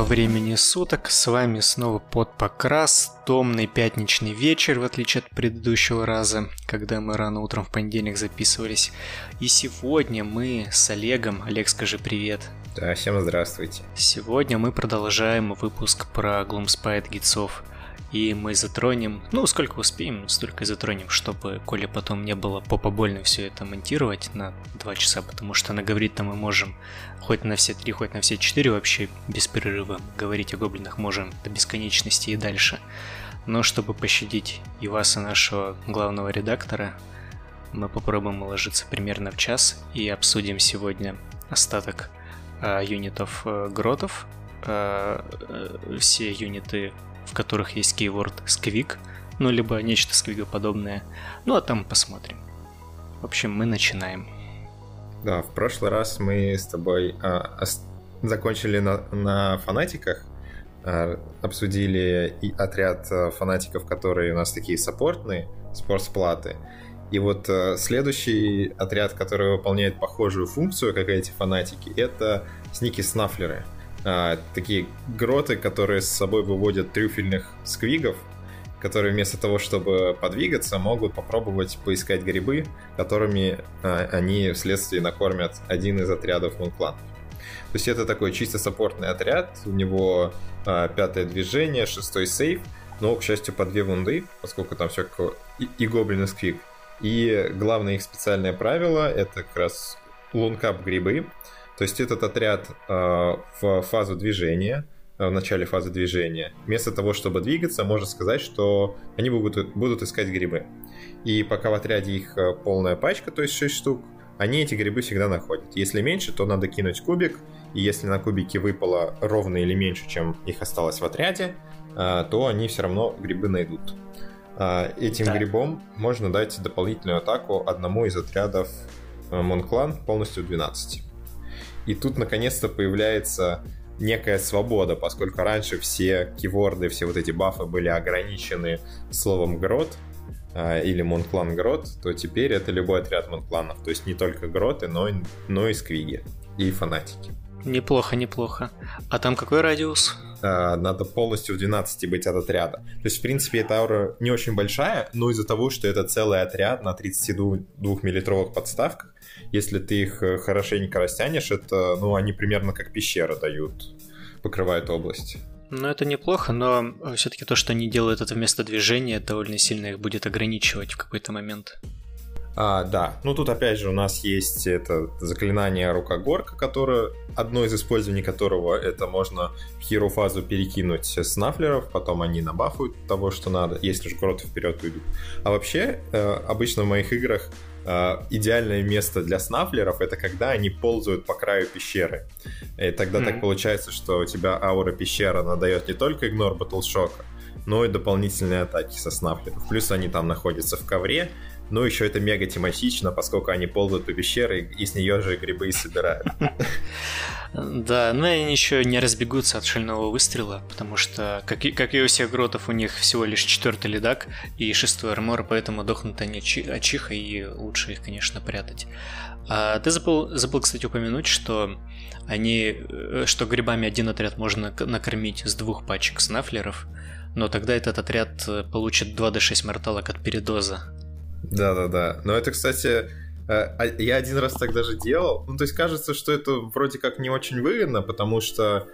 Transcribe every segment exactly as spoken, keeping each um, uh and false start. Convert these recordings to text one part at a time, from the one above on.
времени суток, с вами снова Подпокрас, томный пятничный вечер, в отличие от предыдущего раза, когда мы рано утром в понедельник записывались. И сегодня мы с Олегом, Олег, скажи привет. Да, всем здравствуйте. Сегодня мы продолжаем выпуск про Gloomspite гитсов. И мы затронем, ну, сколько успеем, столько и затронем, чтобы Коле потом не было попобольно все это монтировать на два часа, потому что наговорить-то мы можем хоть на все три, хоть на все четыре вообще без перерыва. Говорить о гоблинах можем до бесконечности и дальше. Но чтобы пощадить и вас, и нашего главного редактора, мы попробуем уложиться примерно в час и обсудим сегодня остаток э, юнитов э, гротов, э, э, все юниты, в которых есть кейворд сквиг, ну, либо нечто сквигоподобное. Ну, а там посмотрим. В общем, мы начинаем. Да, в прошлый раз мы с тобой а, ос- закончили на, на фанатиках, а, обсудили и отряд а, фанатиков, которые у нас такие саппортные, спортсплаты. И вот а, следующий отряд, который выполняет похожую функцию, как эти фанатики, это сники-снафлеры. А, такие гроты, которые с собой выводят трюфельных сквигов, которые вместо того, чтобы подвигаться, могут попробовать поискать грибы, которыми а, они вследствие накормят один из отрядов мункланов. То есть это такой чисто саппортный отряд, у него а, пятое движение, шестой сейв, но, к счастью, по две вунды, поскольку там все как и, и гоблин, и сквиг. И главное их специальное правило — это как раз лункап грибы. То есть этот отряд э, в фазу движения, в начале фазы движения, вместо того, чтобы двигаться, можно сказать, что они будут, будут искать грибы. И пока в отряде их полная пачка, то есть шесть штук, они эти грибы всегда находят. Если меньше, то надо кинуть кубик, и если на кубике выпало ровно или меньше, чем их осталось в отряде, э, то они все равно грибы найдут. Э, этим да. грибом можно дать дополнительную атаку одному из отрядов э, Монклан полностью двенадцать. И тут наконец-то появляется некая свобода, поскольку раньше все киворды, все вот эти бафы были ограничены словом грот э, или Монклан грот, то теперь это любой отряд Монкланов. То есть не только гроты, но и, но и сквиги, и фанатики. Неплохо, неплохо. А там какой радиус? Э, надо полностью в двенадцати быть от отряда. То есть, в принципе, эта аура не очень большая, но из-за того, что это целый отряд на тридцатидвухмиллитровых подставках, если ты их хорошенько растянешь, это, ну, они примерно как пещера дают, покрывают область. Ну, это неплохо, но все-таки то, что они делают это вместо движения, довольно сильно их будет ограничивать в какой-то момент. А, да, ну тут опять же у нас есть это заклинание Рукогорка, которое, одно из использований которого это можно в хиро-фазу перекинуть снафлеров, потом они набафают того, что надо, если же гроты вперед уйдут. А вообще, э, обычно в моих играх э, идеальное место для снафлеров — это когда они ползают по краю пещеры. И тогда mm-hmm. так получается, что у тебя аура пещера надает не только игнор батлшока, но и дополнительные атаки со снафлеров. Плюс они там находятся в ковре. Ну, еще это мега тематично, поскольку они ползают по пещере и с нее же грибы и собирают. Да, но они еще не разбегутся от шального выстрела, потому что, как и, как и у всех гротов, у них всего лишь четвертый лидак и шестой армор, поэтому дохнут они от чиха, и лучше их, конечно, прятать. А ты забыл, забыл, кстати, упомянуть, что они, что грибами один отряд можно накормить с двух пачек снафлеров, но тогда этот отряд получит два дэ шесть морталок от передоза. Да-да-да. Но это, кстати, я один раз так даже делал. Ну, то есть кажется, что это вроде как не очень выгодно, потому что,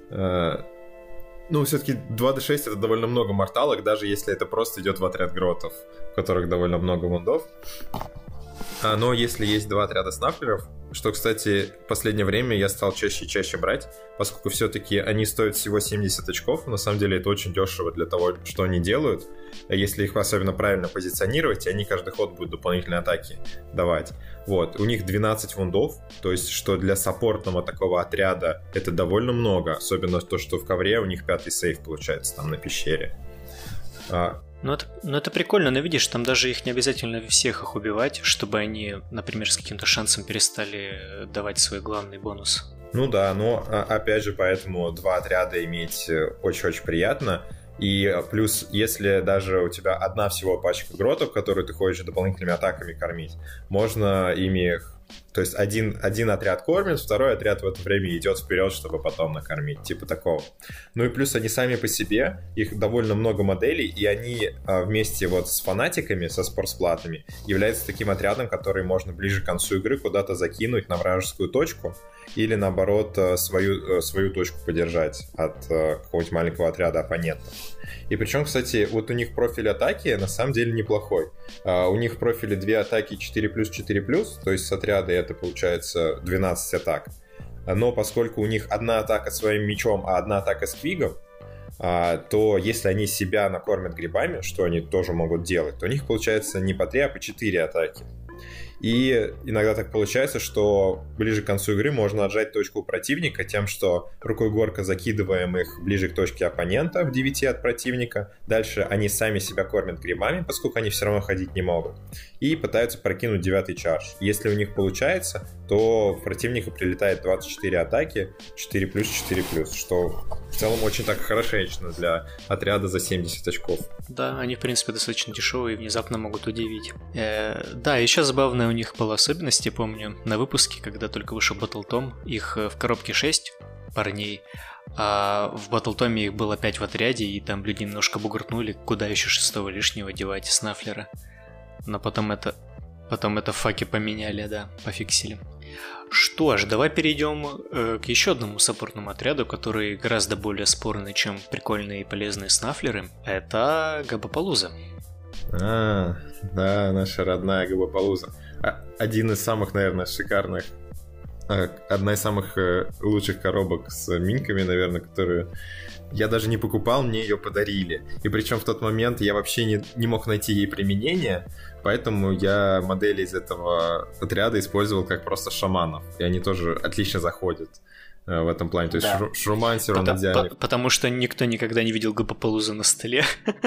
ну, все-таки два дэ шесть это довольно много морталок, даже если это просто идет в отряд гротов, в которых довольно много вундов. Но если есть два отряда снафлеров, что, кстати, в последнее время я стал чаще и чаще брать, поскольку все-таки они стоят всего семьдесят очков, на самом деле это очень дешево для того, что они делают. Если их особенно правильно позиционировать, они каждый ход будут дополнительные атаки давать. Вот, у них двенадцать вундов, то есть что для саппортного такого отряда это довольно много, особенно то, что в ковре у них пятый сейв получается там на пещере. Ну это, ну это прикольно, но видишь, там даже их не обязательно всех их убивать, чтобы они, например, с каким-то шансом перестали давать свой главный бонус. Ну да, но опять же, поэтому два отряда иметь очень-очень приятно. И плюс, если даже у тебя одна всего пачка гротов, которую ты хочешь дополнительными атаками кормить, можно ими То есть один, один отряд кормит, второй отряд в это время идет вперед, чтобы потом накормить, типа такого. Ну и плюс они сами по себе, их довольно много моделей, и они а, вместе вот с фанатиками, со спортсплатами, являются таким отрядом, который можно ближе к концу игры куда-то закинуть на вражескую точку, или наоборот свою, свою точку подержать от какого-нибудь маленького отряда оппонента. И причем, кстати, вот у них профиль атаки на самом деле неплохой. У них в профиле две атаки четыре плюс четыре плюс, то есть с отряда это получается двенадцать атак. Но поскольку у них одна атака своим мечом, а одна атака с квигом, то если они себя накормят грибами, что они тоже могут делать, то у них получается не по три, а по четыре атаки. И иногда так получается, что ближе к концу игры можно отжать точку у противника тем, что рукой горка закидываем их ближе к точке оппонента в девяти от противника. Дальше они сами себя кормят грибами, поскольку они все равно ходить не могут. И пытаются прокинуть девятый чардж. Если у них получается, то в противника прилетает двадцать четыре атаки, четыре плюс четыре плюс, что в целом очень так хорошечно для отряда за семьдесят очков. Да, они, в принципе, достаточно дешевые и внезапно могут удивить. Э, да, еще забавная у них была особенность, я помню, на выпуске, когда только вышел Battle.tom, их в коробке шесть парней, а в Battle.tom их было пять в отряде, и там люди немножко бугуртнули, куда еще шестого лишнего девать Снафлера. Но потом это... Потом это факи поменяли, да, пофиксили. Что ж, давай перейдем э, к еще одному саппортному отряду, который гораздо более спорный, чем прикольные и полезные снафлеры. Это Габапалуза. А, да, наша родная Габапалуза. Один из самых, наверное, шикарных, одна из самых лучших коробок с минками, наверное, которую я даже не покупал, мне ее подарили. И причем в тот момент я вообще не, не мог найти ей применение, поэтому я модели из этого отряда использовал как просто шаманов. И они тоже отлично заходят в этом плане. То есть да. Шрумансер, он идеальный. Потому что никто никогда не видел Габапалузу на столе.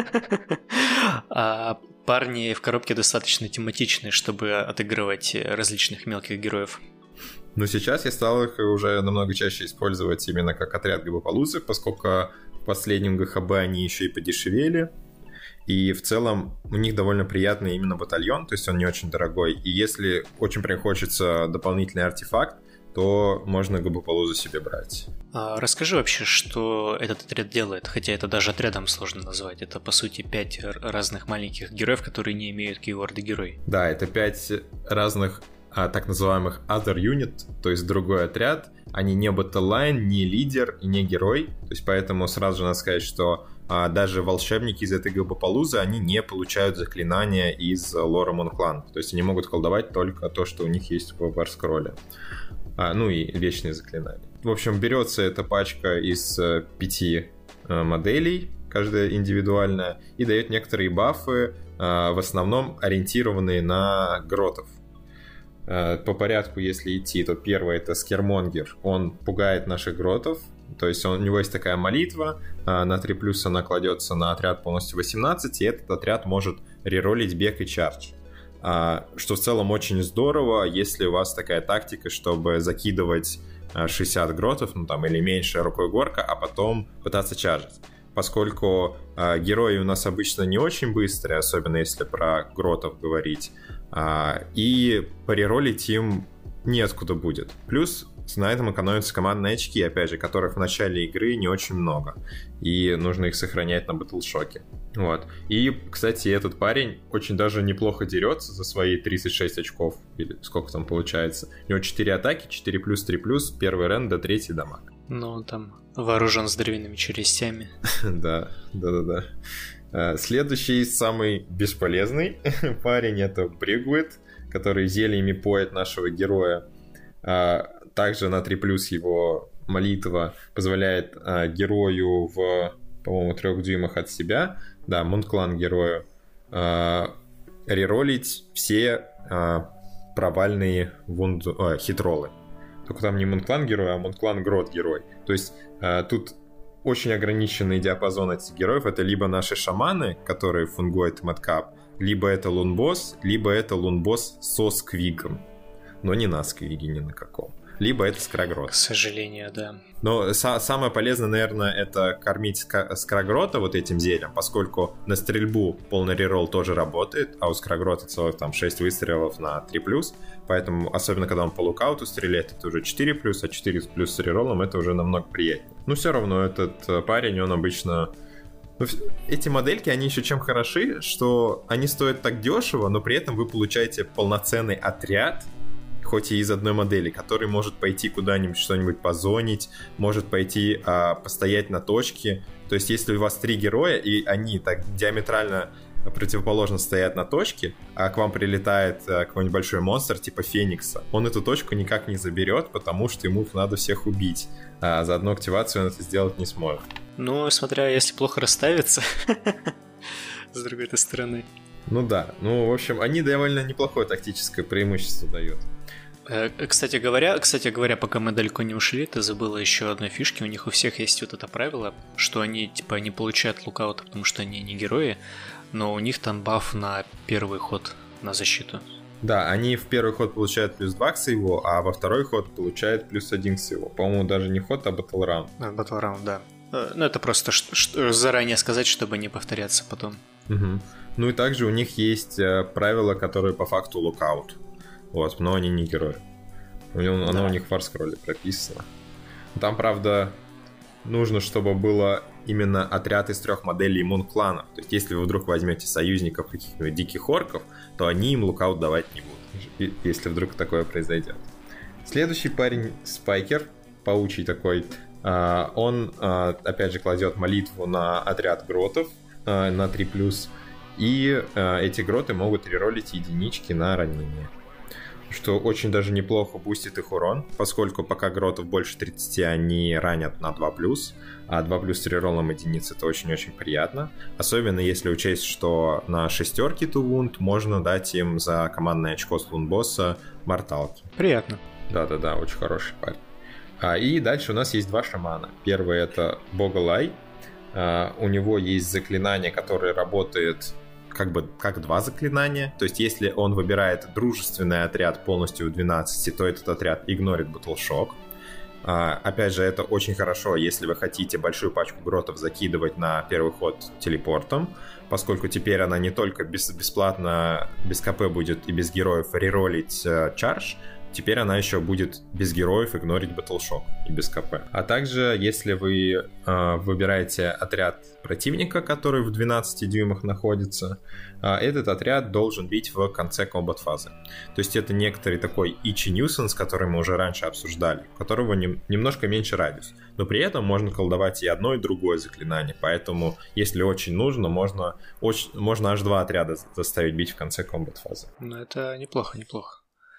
А парни в коробке достаточно тематичные, чтобы отыгрывать различных мелких героев. Но сейчас я стал их уже намного чаще использовать именно как отряд Габапалузы, поскольку в последнем ГХБ они еще и подешевели. И в целом у них довольно приятный именно батальон, то есть он не очень дорогой. И если очень прям хочется дополнительный артефакт, то можно Габапалузу себе брать. А расскажи вообще, что этот отряд делает, хотя это даже отрядом сложно назвать. Это, по сути, пять разных маленьких героев, которые не имеют кейворда герой. Да, это пять разных а, так называемых other unit, то есть другой отряд. Они не батлайн, не лидер и не герой. То есть поэтому сразу же надо сказать, что а, даже волшебники из этой Габапалузы, они не получают заклинания из лора Мунклан. То есть они могут колдовать только то, что у них есть в варскролле. А, ну и вечные заклинания. В общем, берется эта пачка из э, пяти э, моделей, каждая индивидуальная, и дает некоторые бафы, э, в основном ориентированные на гротов. Э, по порядку, если идти, то первый — это Скермонгер. Он пугает наших гротов, то есть он, у него есть такая молитва, э, на три плюс она кладется на отряд полностью восемнадцать, и этот отряд может реролить бег и чардж. Что в целом очень здорово, если у вас такая тактика, чтобы закидывать шестьдесят гротов, ну там или меньше рукой горка, а потом пытаться чаржить. Поскольку э, герои у нас обычно не очень быстрые, особенно если про гротов говорить, э, и пореролить им неоткуда будет. Плюс на этом экономятся командные очки, опять же, которых в начале игры не очень много, и нужно их сохранять на батлшоке. Вот. И, кстати, этот парень очень даже неплохо дерется за свои тридцать шесть очков, или сколько там получается. У него четыре атаки, четыре плюс, три плюс, первый рен до третий дамаг. Ну, он там вооружен здоровенными челюстями. Да, да, да. Следующий, самый бесполезный парень — это Бригвит, который зельями поет нашего героя. Также на три плюс его молитва позволяет а, герою в, по-моему, трех дюймах от себя, да, Мунклан герою, а, реролить все а, провальные вунд... а, хитролы. Только там не Мунклан герой, а Мунклан Грот герой. То есть а, тут очень ограниченный диапазон этих героев. Это либо наши шаманы, которые фунгуют Мэдкап, либо это лунбосс, либо это лунбосс со сквигом. Но не на сквиге, ни на каком. либо это Скрогрот. К сожалению, да. Но са- самое полезное, наверное, это кормить ска- Скрогрота вот этим зельем, поскольку на стрельбу полный реролл тоже работает, а у Скрогрота целых там шесть выстрелов на три плюс, поэтому, особенно когда он по лукауту стреляет, это уже четыре плюс, а четыре плюс с рероллом это уже намного приятнее. Но все равно этот парень, он обычно... Эти модельки, они еще чем хороши, что они стоят так дешево, но при этом вы получаете полноценный отряд, хоть и из одной модели, который может пойти куда-нибудь что-нибудь позонить, может пойти а, постоять на точке. То есть если у вас три героя, и они так диаметрально противоположно стоят на точке, а к вам прилетает а, какой-нибудь большой монстр типа Феникса, он эту точку никак не заберет, потому что ему надо всех убить. А за одну активацию он это сделать не сможет. Ну, смотря если плохо расставиться, с другой-то стороны. Ну да, ну, в общем, они довольно неплохое тактическое преимущество дают. Кстати говоря, кстати говоря, пока мы далеко не ушли, ты забыла еще одной фишки. У них у всех есть вот это правило, что они типа не получают лукаута, потому что они не герои, но у них там баф на первый ход на защиту. Да, они в первый ход получают плюс два к сейву, а во второй ход получают плюс один к сейву. По-моему, даже не ход, а батл раунд. А, батл раунд, да. Ну, это просто ш- ш- заранее сказать, чтобы не повторяться потом. Угу. Ну и также у них есть э, правила, которые по факту лукаут. Вот, но они не герои. Оно да. у них в фарскролле прописано. Там, правда, нужно, чтобы было именно отряд из трех моделей иммун-кланов. То есть, если вы вдруг возьмете союзников каких-нибудь диких орков, то они им лукаут давать не будут, если вдруг такое произойдет. Следующий парень Спайкер, паучий такой, он, опять же, кладет молитву на отряд гротов на три плюс, и эти гроты могут реролить единички на ранение, что очень даже неплохо бустит их урон, поскольку пока гротов больше тридцати, они ранят на два плюс, а два плюс с реролом единиц это очень-очень приятно, особенно если учесть, что на шестерке тувунд можно дать им за командное очко с лунбосса морталки. Приятно. Да-да-да, очень хороший парень. А, и дальше у нас есть два шамана. Первый это Боголай. А, у него есть заклинание, которое работает как бы как два заклинания. То есть если он выбирает дружественный отряд полностью в двенадцати, то этот отряд игнорит Battleshock. А, опять же, это очень хорошо, если вы хотите большую пачку гротов закидывать на первый ход телепортом, поскольку теперь она не только без, бесплатно, без КП будет и без героев реролить э, чардж, теперь она еще будет без героев игнорить Battleshock и без КП. А также, если вы э, выбираете отряд противника, который в двенадцати дюймах находится, э, этот отряд должен бить в конце комбат-фазы. То есть это некоторый такой Ичи Ньюсенс, который мы уже раньше обсуждали, у которого не, немножко меньше радиус. Но при этом можно колдовать и одно, и другое заклинание. Поэтому, если очень нужно, можно, очень, можно аж два отряда заставить бить в конце комбат-фазы. Ну это неплохо, неплохо.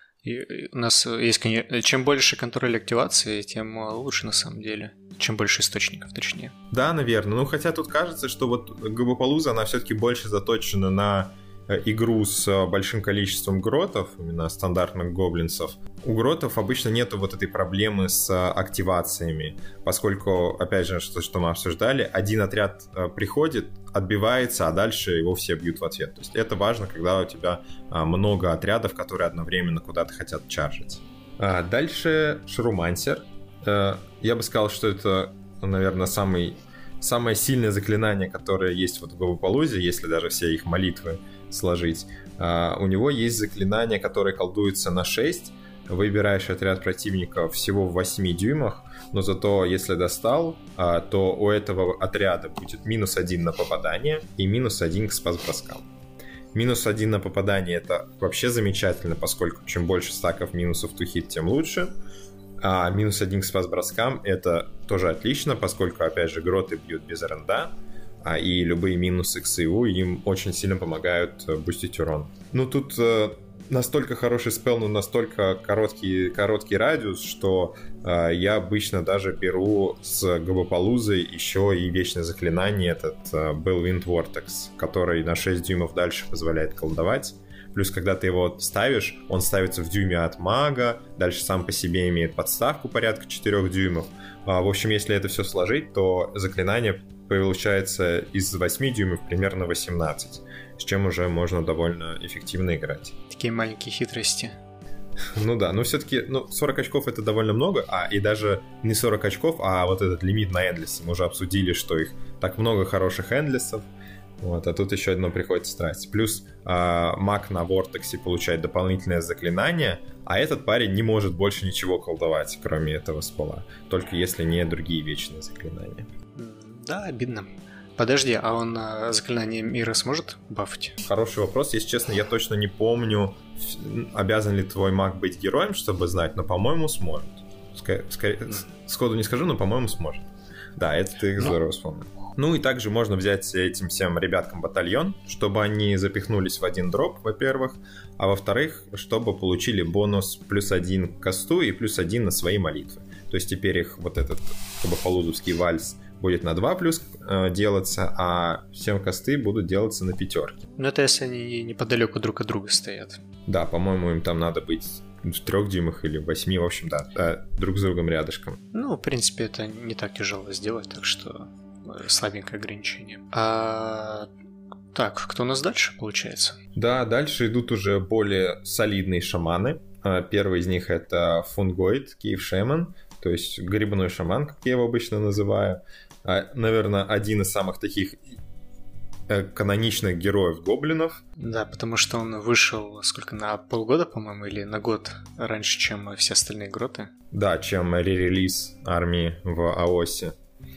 И у нас есть, конечно, чем больше контроль активации, тем лучше на самом деле. Чем больше источников, точнее. Да, наверное. Ну, хотя тут кажется, что вот Габапалуза, она все-таки больше заточена на игру с большим количеством гротов, именно стандартных гоблинсов. У гротов обычно нету вот этой проблемы с активациями, поскольку, опять же, что, что мы обсуждали, один отряд приходит, отбивается, а дальше его все бьют в ответ. То есть это важно, когда у тебя много отрядов, которые одновременно куда-то хотят чаржить. А дальше Шрумансер. Я бы сказал, что это, наверное, самый, самое сильное заклинание, которое есть вот в Габапалузе, если даже все их молитвы сложить. У него есть заклинание, которое колдуется на шесть. Выбираешь отряд противника всего в восьми дюймах, но зато если достал, то у этого отряда будет минус один на попадание и минус один к спас-броскам. Минус один на попадание — это вообще замечательно, поскольку чем больше стаков минусов to hit, тем лучше. А минус один к спас-броскам — это тоже отлично, поскольку, опять же, гроты бьют без ренда, и любые минусы к сейву им очень сильно помогают бустить урон. Ну, тут настолько хороший спелл, но настолько короткий, короткий радиус, что э, я обычно даже беру с Габапалузой еще и вечное заклинание, этот э, Bellwind Vortex, который на шесть дюймов дальше позволяет колдовать. Плюс, когда ты его ставишь, он ставится в дюйме от мага, дальше сам по себе имеет подставку порядка четырех дюймов. А, в общем, если это все сложить, то заклинание получается из восьми дюймов примерно восемнадцать, с чем уже можно довольно эффективно играть. Такие маленькие хитрости. Ну да, но все-таки ну, сорок очков это довольно много, а и даже не сорок очков, а вот этот лимит на эндлисе. Мы уже обсудили, что их так много хороших эндлисов. Вот, а тут еще одно приходится тратить. Плюс а, маг на Вортексе получает дополнительное заклинание, а этот парень не может больше ничего колдовать, кроме этого спала. Только если не другие вечные заклинания. Да, обидно. Подожди, а он а, заклинание мира сможет бафать? Хороший вопрос. Если честно, я точно не помню, обязан ли твой маг быть героем, чтобы знать, но, по-моему, сможет. Скорее, скорее, mm. сходу не скажу, но, по-моему, сможет. Да, это ты здорово вспомнил. Ну и также можно взять этим всем ребяткам батальон, чтобы они запихнулись в один дроп, во-первых, а во-вторых, чтобы получили бонус плюс один к касту и плюс один на свои молитвы. То есть теперь их вот этот кабафалузовский вальс будет на два плюс э, делаться, а всем косты будут делаться на пятерке. Ну это если они неподалеку друг от друга стоят. Да, по-моему, им там надо быть в трех дюймах или в восьми, в общем, да, э, друг с другом рядышком. Ну, в принципе, это не так тяжело сделать, так что слабенькое ограничение. А... Так, кто у нас дальше, получается? Да, дальше идут уже более солидные шаманы. Первый из них это Фунгоид, Кейв Шаман, то есть грибной шаман, как я его обычно называю. Наверное, один из самых таких каноничных героев гоблинов. Да, потому что он вышел сколько, на полгода, по-моему, или на год раньше, чем все остальные гроты. Да, чем ререлиз армии в АОСе.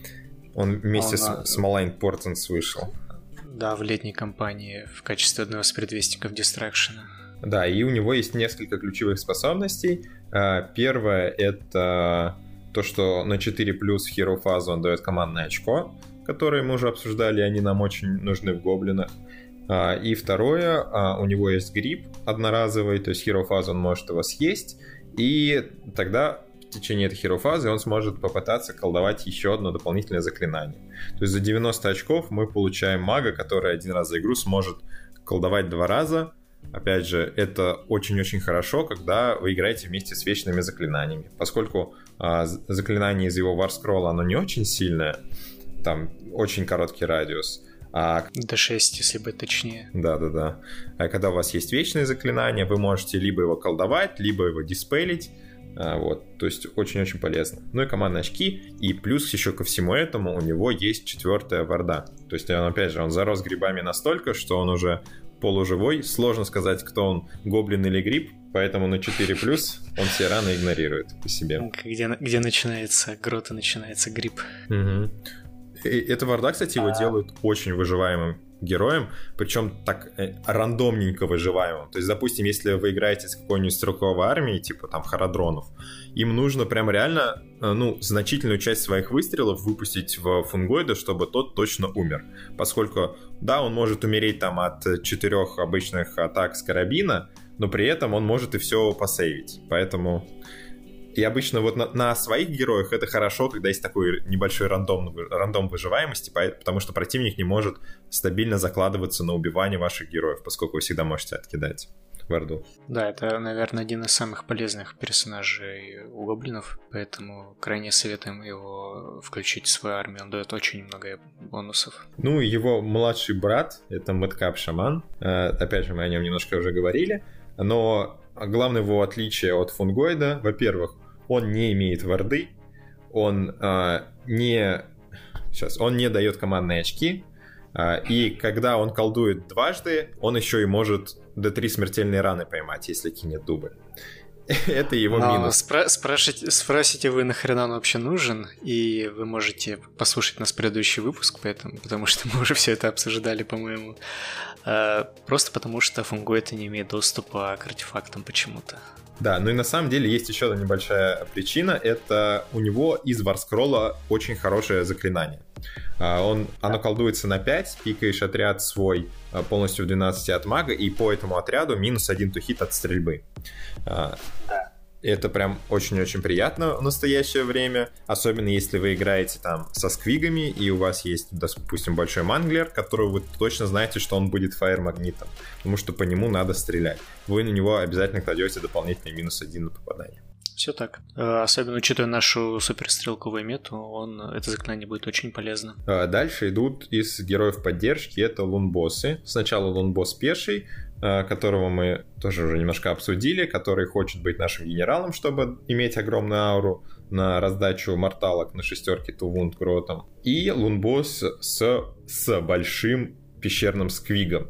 Он вместе он, с, с Malign Portents вышел. Да, в летней кампании в качестве одного из предвестников Дистракшена. Да, и у него есть несколько ключевых способностей. Первое — это то, что на четыре плюс в Hero фазу он дает командное очко, которые мы уже обсуждали, они нам очень нужны в гоблинах. И второе, у него есть гриб одноразовый, то есть Hero фазу он может его съесть, и тогда в течение этой Hero фазы он сможет попытаться колдовать еще одно дополнительное заклинание. То есть за девяносто очков мы получаем мага, который один раз за игру сможет колдовать два раза. Опять же, это очень-очень хорошо, когда вы играете вместе с вечными заклинаниями. Поскольку а, заклинание из его варскролла, оно не очень сильное, там очень короткий радиус. А... До шесть, если быть точнее. Да-да-да. А когда у вас есть вечные заклинания, вы можете либо его колдовать, либо его диспелить. А, вот, то есть очень-очень полезно. Ну и командные очки. И плюс еще ко всему этому у него есть четвертая варда. То есть он, опять же, он зарос грибами настолько, что он уже полуживой. Сложно сказать, кто он, гоблин или гриб, поэтому на четыре плюс он все раны игнорирует по себе. Где, где начинается грота, начинается гриб. Угу. И эта варда, кстати, его а... делают очень выживаемым героем, причем так э, рандомненько выживаемым. То есть, допустим, если вы играете с какой-нибудь стрелковой армией, типа там Харадронов, им нужно прям реально, э, ну, значительную часть своих выстрелов выпустить в Фунгоида, чтобы тот точно умер. Поскольку, да, он может умереть там от четырех обычных атак с карабина, но при этом он может и все посейвить. Поэтому... И обычно вот на, на своих героях это хорошо, когда есть такой небольшой рандом, рандом выживаемости, потому что противник не может стабильно закладываться на убивание ваших героев, поскольку вы всегда можете откидать варду. Да, это, наверное, один из самых полезных персонажей у гоблинов, поэтому крайне советуем его включить в свою армию, он дает очень много бонусов. Ну, его младший брат, это Madcap Шаман, опять же, мы о нем немножко уже говорили, но главное его отличие от Фунгоида, во-первых, он не имеет варды, он э, не сейчас, он не дает командные очки, э, и когда он колдует дважды, он еще и может до три смертельные раны поймать, если кинет дубль. Это его Но минус. Спра- спрашивайте, спросите вы, нахрена он вообще нужен, и вы можете послушать наш предыдущий выпуск, поэтому, потому что мы уже все это обсуждали, по-моему. А, просто потому что Фунгоид не имеет доступа к артефактам почему-то. Да, ну и на самом деле есть еще одна небольшая причина. Это у него из варскролла очень хорошее заклинание. Он, оно колдуется на пять, пикаешь отряд свой полностью в двенадцать от мага, и по этому отряду минус один to hit от стрельбы. Это прям очень-очень приятно в настоящее время, особенно если вы играете там со сквигами, и у вас есть, допустим, большой манглер, которого вы точно знаете, что он будет фаер-магнитом, потому что по нему надо стрелять. Вы на него обязательно кладете дополнительный минус один на попадание. Все так. Особенно учитывая нашу суперстрелковую мету, он, это заклинание будет очень полезно. Дальше идут из героев поддержки, это лунбоссы. Сначала лунбосс пеший, которого мы тоже уже немножко обсудили, который хочет быть нашим генералом, чтобы иметь огромную ауру на раздачу морталок на шестерке Тувунд Гротом. И лунбосс с, с большим пещерным сквигом.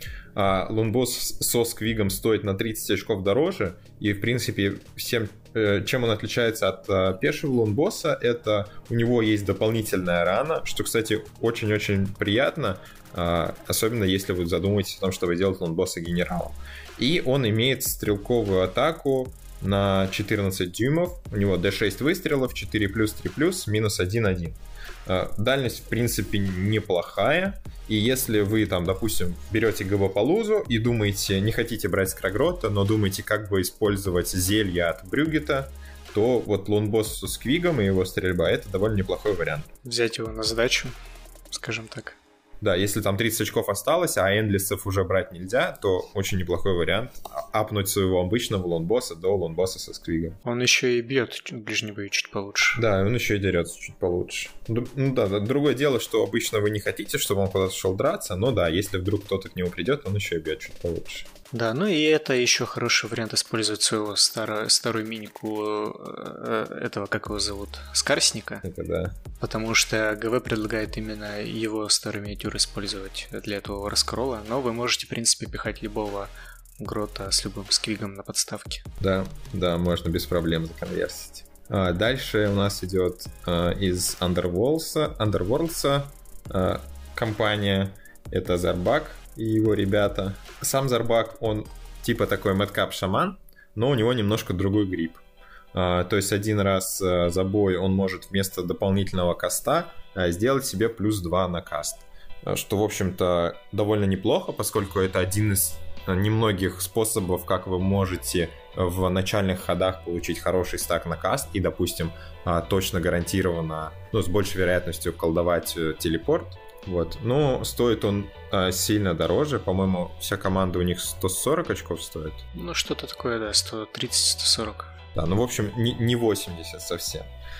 А лунбосс со сквигом стоит на тридцать очков дороже, и, в принципе, всем, чем он отличается от пешего лунбосса, это у него есть дополнительная рана, что, кстати, очень-очень приятно, особенно если вы задумаетесь о том, чтобы делать лунбосса генералом. И он имеет стрелковую атаку на четырнадцать дюймов, у него дэ шесть выстрелов, четыре плюс, три плюс, минус один один. Дальность, в принципе, неплохая, и если вы там, допустим, берете Габапалузу и думаете, не хотите брать Скрагрота, но думаете, как бы использовать зелье от Брюгета, то вот лунбосс с Сквигом и его стрельба — это довольно неплохой вариант. Взять его на сдачу, скажем так. Да, если там тридцать очков осталось, а эндлисов уже брать нельзя, то очень неплохой вариант апнуть своего обычного лунбосса до лунбосса со сквигом. Он еще и бьет в ближнем бою чуть получше. Да, он еще и дерется чуть получше. Ну да, другое дело, что обычно вы не хотите, чтобы он куда-то шел драться, но да, если вдруг кто-то к нему придет, он еще и бьет чуть получше. Да, ну и это еще хороший вариант использовать своего старо, старую минику этого, как его зовут, Скарсника. Это да. Потому что ГВ предлагает именно его старый миниатюр использовать для этого раскролла, но вы можете, в принципе, пихать любого грота с любым сквигом на подставке. Да, да, можно без проблем законверсить. А дальше у нас идет а, из Underworlds, Underworlds а, компания, это Зарбак и его ребята. Сам Зарбак, он типа такой мэдкап-шаман, но у него немножко другой грипп. А, то есть один раз а, за бой он может вместо дополнительного каста а, сделать себе плюс два на каст. А, что, в общем-то, довольно неплохо, поскольку это один из немногих способов, как вы можете в начальных ходах получить хороший стак на каст и, допустим, а, точно гарантированно, ну, с большей вероятностью колдовать телепорт. Вот. Но стоит он а, сильно дороже. По-моему, вся команда у них сто сорок очков стоит. Ну, что-то такое, да, сто тридцать - сто сорок. Да, ну, в общем, не, не восемьдесят совсем.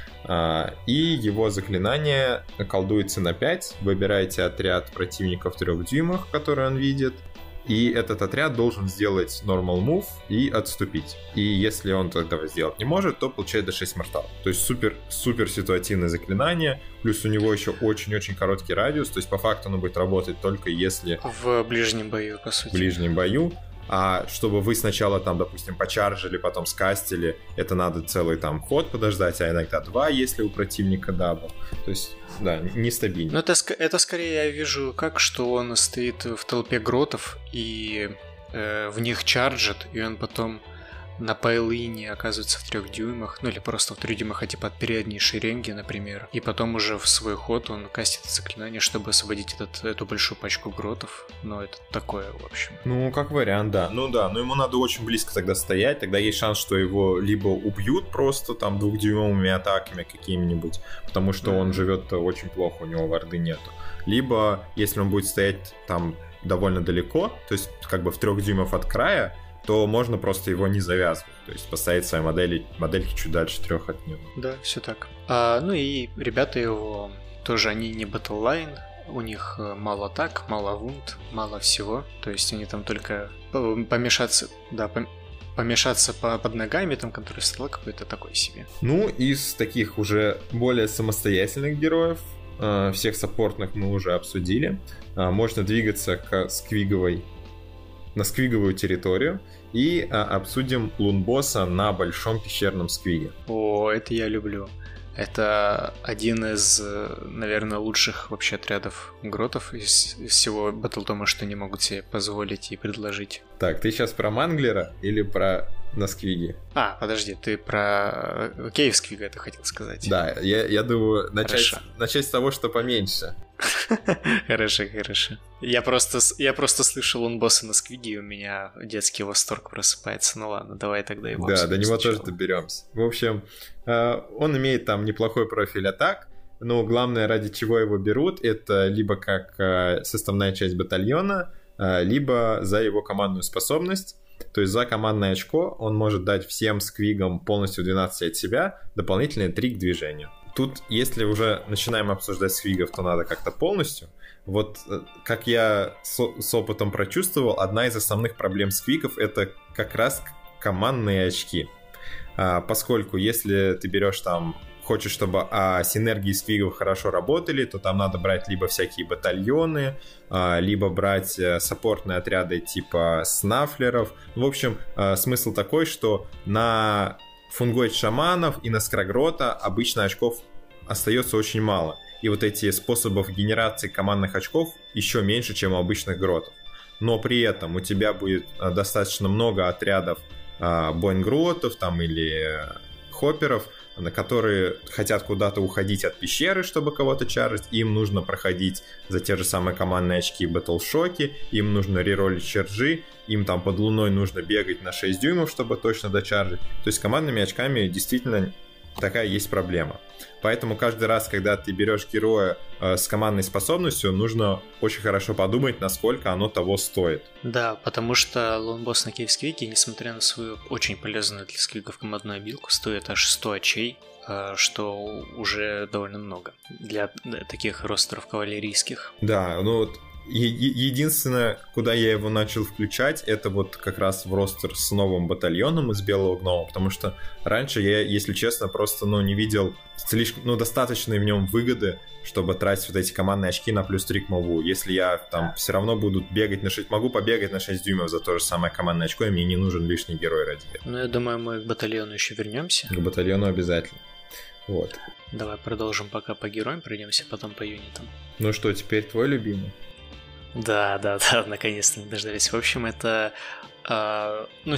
А, и его заклинание колдуется на пять. Выбираете отряд противников в трех дюймах, который он видит. И этот отряд должен сделать normal move и отступить. И если он этого сделать не может, то получает дэ шесть мортал. То есть супер-супер ситуативное заклинание. Плюс у него еще очень-очень короткий радиус. То есть по факту оно будет работать только если... В ближнем бою, по сути. В ближнем бою. А чтобы вы сначала там, допустим, почаржили, потом скастили, это надо целый там ход подождать, а иногда два, если у противника дабл. То есть, да, нестабильно. Но это, это скорее я вижу как, что он стоит в толпе гротов и э, в них чарджит, и он потом на пейлине оказывается в трех дюймах, ну или просто в трех дюймах, а типа от передней шеренги, например. И потом уже в свой ход он кастит заклинание, чтобы освободить этот, эту большую пачку гротов. Но это такое, в общем. Ну, как вариант, да. Ну да, но ему надо очень близко тогда стоять, тогда есть шанс, что его либо убьют просто там двухдюймовыми атаками какими-нибудь, потому что mm-hmm. он живет очень плохо, у него варды нету. Либо, если он будет стоять там довольно далеко, то есть как бы в трех дюймов от края, то можно просто его не завязывать. То есть поставить свои модели, модельки чуть дальше трех от него. Да, все так. А, ну и ребята его тоже, они не батллайн, у них мало атак, мало вунд, мало всего. То есть они там только помешаться, да, помешаться по, под ногами, там, который стал какой-то такой себе. Ну, из таких уже более самостоятельных героев, всех саппортных мы уже обсудили. Можно двигаться к сквиговой на сквиговую территорию и а, обсудим лунбосса на большом пещерном сквиге. О, это я люблю. Это один из, наверное, лучших вообще отрядов гротов из, из всего Баттлтома, что они могут себе позволить и предложить. Так, ты сейчас про Манглера или про на сквиге? А, подожди, ты про Кейв сквига это хотел сказать. Да, я, я думаю начать, начать с того, что поменьше. Хорошо, хорошо. Я просто, я просто слышал лунбосса на сквиге, и у меня детский восторг просыпается. Ну ладно, давай тогда его. Да, до него тоже доберемся. В общем, он имеет там неплохой профиль атак, но главное, ради чего его берут, это либо как составная часть батальона, либо за его командную способность. То есть за командное очко он может дать всем сквигам полностью двенадцать от себя дополнительные три к движению. тут, если уже начинаем обсуждать сквигов, то надо как-то полностью. Вот как я с, с опытом прочувствовал, одна из основных проблем сквигов — это как раз командные очки. А, поскольку если ты берешь там, хочешь, чтобы а, синергии сквигов хорошо работали, то там надо брать либо всякие батальоны, а, либо брать а, саппортные отряды типа снафлеров. В общем, а, смысл такой, что на фунгоид шаманов и на скрагрота обычно очков остается очень мало. И вот эти способов генерации командных очков еще меньше, чем у обычных гротов. Но при этом у тебя будет достаточно много отрядов а, бойнгротов там или хопперов, на которые хотят куда-то уходить от пещеры, чтобы кого-то чаржить. Им нужно проходить за те же самые командные очки батлшоки, им нужно реролить чаржи, им там под луной нужно бегать на шесть дюймов, чтобы точно дочаржить. То есть с командными очками действительно такая есть проблема. Поэтому каждый раз, когда ты берешь героя э, с командной способностью, нужно очень хорошо подумать, насколько оно того стоит. Да, потому что лонбосс на кейв-сквиге, несмотря на свою очень полезную для сквигов командную обилку, стоит аж сто очей, э, что уже довольно много для таких ростеров кавалерийских. Да, ну вот единственное, куда я его начал включать, это вот как раз в ростер с новым батальоном из Белого Гнома, потому что раньше я, если честно, просто ну, не видел слишком, ну, достаточной в нем выгоды, чтобы тратить вот эти командные очки на плюс три к мову. Если я там все равно буду бегать на шесть, могу побегать на шесть дюймов за то же самое командное очко, и мне не нужен лишний герой ради этого. Ну, я думаю, мы к батальону еще вернемся. К батальону обязательно. Вот. Давай продолжим пока по героям, пройдемся потом по юнитам. Ну что, теперь твой любимый? Да, да, да, наконец-то не дождались. В общем, это, э, ну,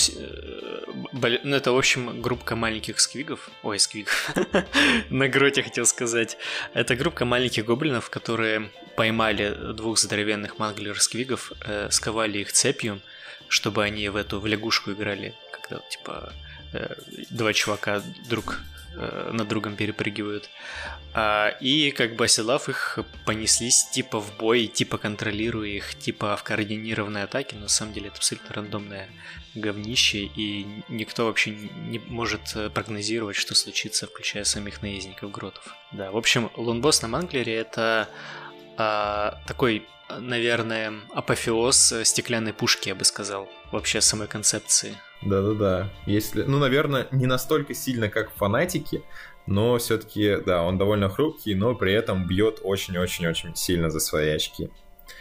э, ну, это, в общем, группа маленьких сквигов. Ой, сквигов. На гроте хотел сказать. Это группа маленьких гоблинов, которые поймали двух здоровенных манглер-сквигов, э, сковали их цепью, чтобы они в эту в лягушку играли, когда, типа, э, два чувака друг над другом перепрыгивают. А, и как бы оседлав их, понеслись типа в бой, типа контролируя их, типа в координированной атаке, но на самом деле это абсолютно рандомное говнище, и никто вообще не может прогнозировать, что случится, включая самих наездников гротов. Да, в общем, лунбосс на манглере — это а, такой, наверное, апофеоз стеклянной пушки, я бы сказал, вообще самой концепции. Да-да-да. Если, ну, наверное, не настолько сильно, как в фанатике, но все-таки, да, он довольно хрупкий, но при этом бьет очень-очень-очень сильно за свои очки.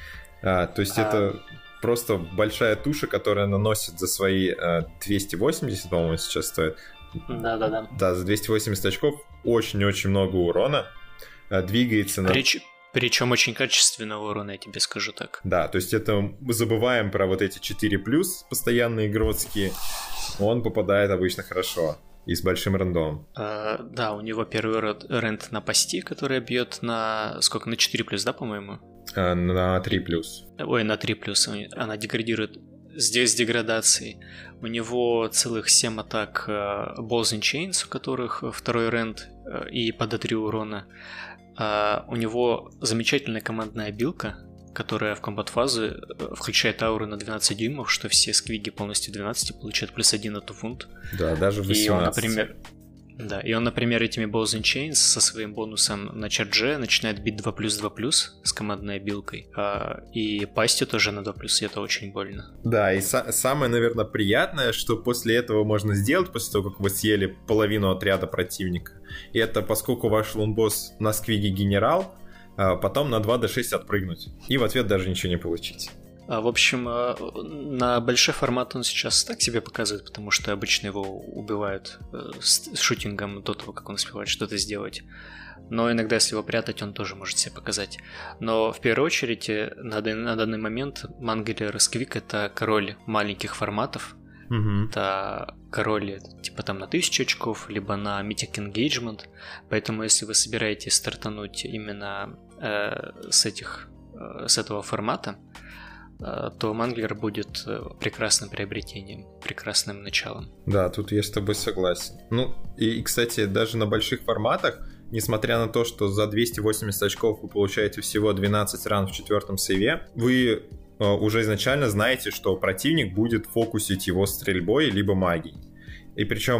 А, то есть а... это просто большая туша, которая наносит за свои а, двести восемьдесят, по-моему, сейчас стоит. Да-да-да. Да, за двести восемьдесят очков очень-очень много урона. А, двигается на... Речь... Причем очень качественного урона, я тебе скажу так. Да, то есть это мы забываем про вот эти четыре плюс постоянные гротские. Он попадает обычно хорошо и с большим рандомом. А, да, у него первый рент на пости, который бьет на... Сколько? На четыре плюс, да, по-моему? А, на три плюс. Ой, на три плюс. Она деградирует здесь с деградацией. У него целых семь атак Balls and Chains, у которых второй рент и по до три урона. Uh, у него замечательная командная обилка, которая в комбат-фазы включает ауры на двенадцать дюймов, что все сквиги полностью двенадцать получают плюс один от фунт. Да, даже восемнадцать. И он, например, да, и он, например, этими Balls and Chains со своим бонусом на чардже начинает бить два плюс два плюс с командной обилкой. Uh, и пастью тоже на два плюс, и это очень больно. Да, и са- самое, наверное, приятное, что после этого можно сделать, после того, как вы съели половину отряда противника, и это, поскольку ваш лунбосс на сквиге генерал, потом на два дэ шесть отпрыгнуть. И в ответ даже ничего не получить. В общем, на большой формат он сейчас так себе показывает, потому что обычно его убивают с шутингом до того, как он успевает что-то сделать. Но иногда, если его прятать, он тоже может себя показать. Но в первую очередь, на, на данный момент Манглер Сквик — это король маленьких форматов. Mm-hmm. Это король типа там на тысячу очков, либо на Mythic Engagement. Поэтому если вы собираетесь стартануть именно э, с, этих, э, с этого формата, э, то Манглер будет прекрасным приобретением, прекрасным началом. Да, тут я с тобой согласен. Ну и, кстати, даже на больших форматах, несмотря на то, что за двести восемьдесят очков вы получаете всего двенадцать ран в четвертом сейве, вы уже изначально знаете, что противник будет фокусить его стрельбой либо магией. И причем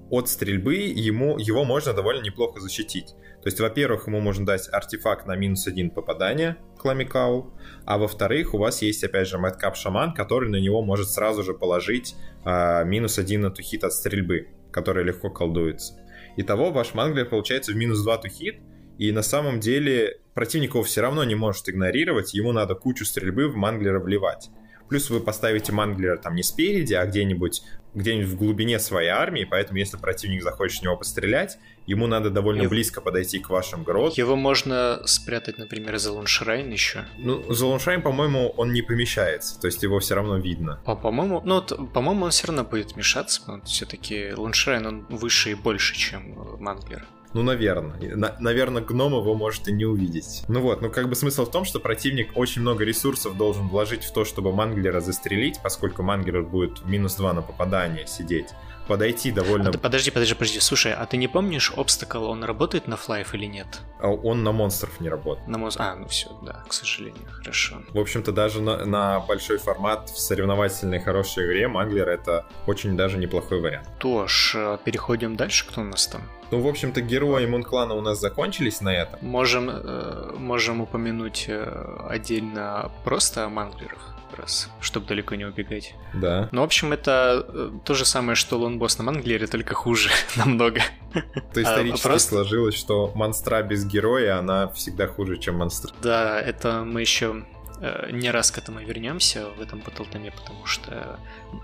от стрельбы ему, его можно довольно неплохо защитить. То есть, во-первых, ему можно дать артефакт на минус один попадания, Кламикаул, а во-вторых, у вас есть, опять же, Madcap Шаман, который на него может сразу же положить а, минус один на тухит от стрельбы, который легко колдуется. Итого ваш манглер получается в минус два тухит, и на самом деле противник его все равно не может игнорировать, ему надо кучу стрельбы в манглера вливать. Плюс вы поставите манглера там не спереди, а где-нибудь, где-нибудь в глубине своей армии, поэтому если противник захочет в него пострелять, ему надо довольно его... близко подойти к вашим гротам. Его можно спрятать, например, за Луншрайн еще. Ну, за Луншрайн, по-моему, он не помещается, то есть его все равно видно. По- по-моему, ну, т- по-моему, он все равно будет мешаться, потому что все-таки Луншрайн, он выше и больше, чем манглер. Ну, наверное. На- наверное, гном его может и не увидеть. Ну вот, ну как бы смысл в том, что противник очень много ресурсов должен вложить в то, чтобы манглера застрелить, поскольку манглер будет в минус два на попадание сидеть. Подойти довольно... А, подожди, подожди, подожди. Слушай, а ты не помнишь, обстакл, он работает на флайф или нет? А он на монстров не работает. На монстров... А, ну все, да, к сожалению, хорошо. В общем-то, даже на, на большой формат в соревновательной хорошей игре манглер — это очень даже неплохой вариант. То ж, переходим дальше, кто у нас там? Ну, в общем-то, герои Мунклана у нас закончились на этом. Можем, э, можем упомянуть э, отдельно просто манглеров, раз, чтобы далеко не убегать. Да. Ну, в общем, это э, то же самое, что лонбосс на манглере, только хуже намного. То исторически а, просто... сложилось, что монстра без героя, она всегда хуже, чем монстра. Да, это мы еще э, не раз к этому вернемся в этом батлтоме, потому что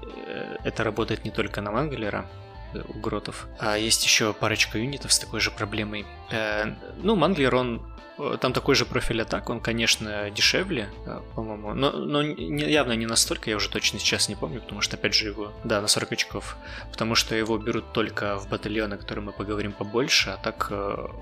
э, это работает не только на манглера, у гротов. А есть еще парочка юнитов с такой же проблемой. Э, ну, манглер, он там такой же профиль атак, он, конечно, дешевле, по-моему, но, но не, явно не настолько, я уже точно сейчас не помню, потому что, опять же, его, да, на сорок очков, потому что его берут только в батальоны, о которых мы поговорим побольше, а так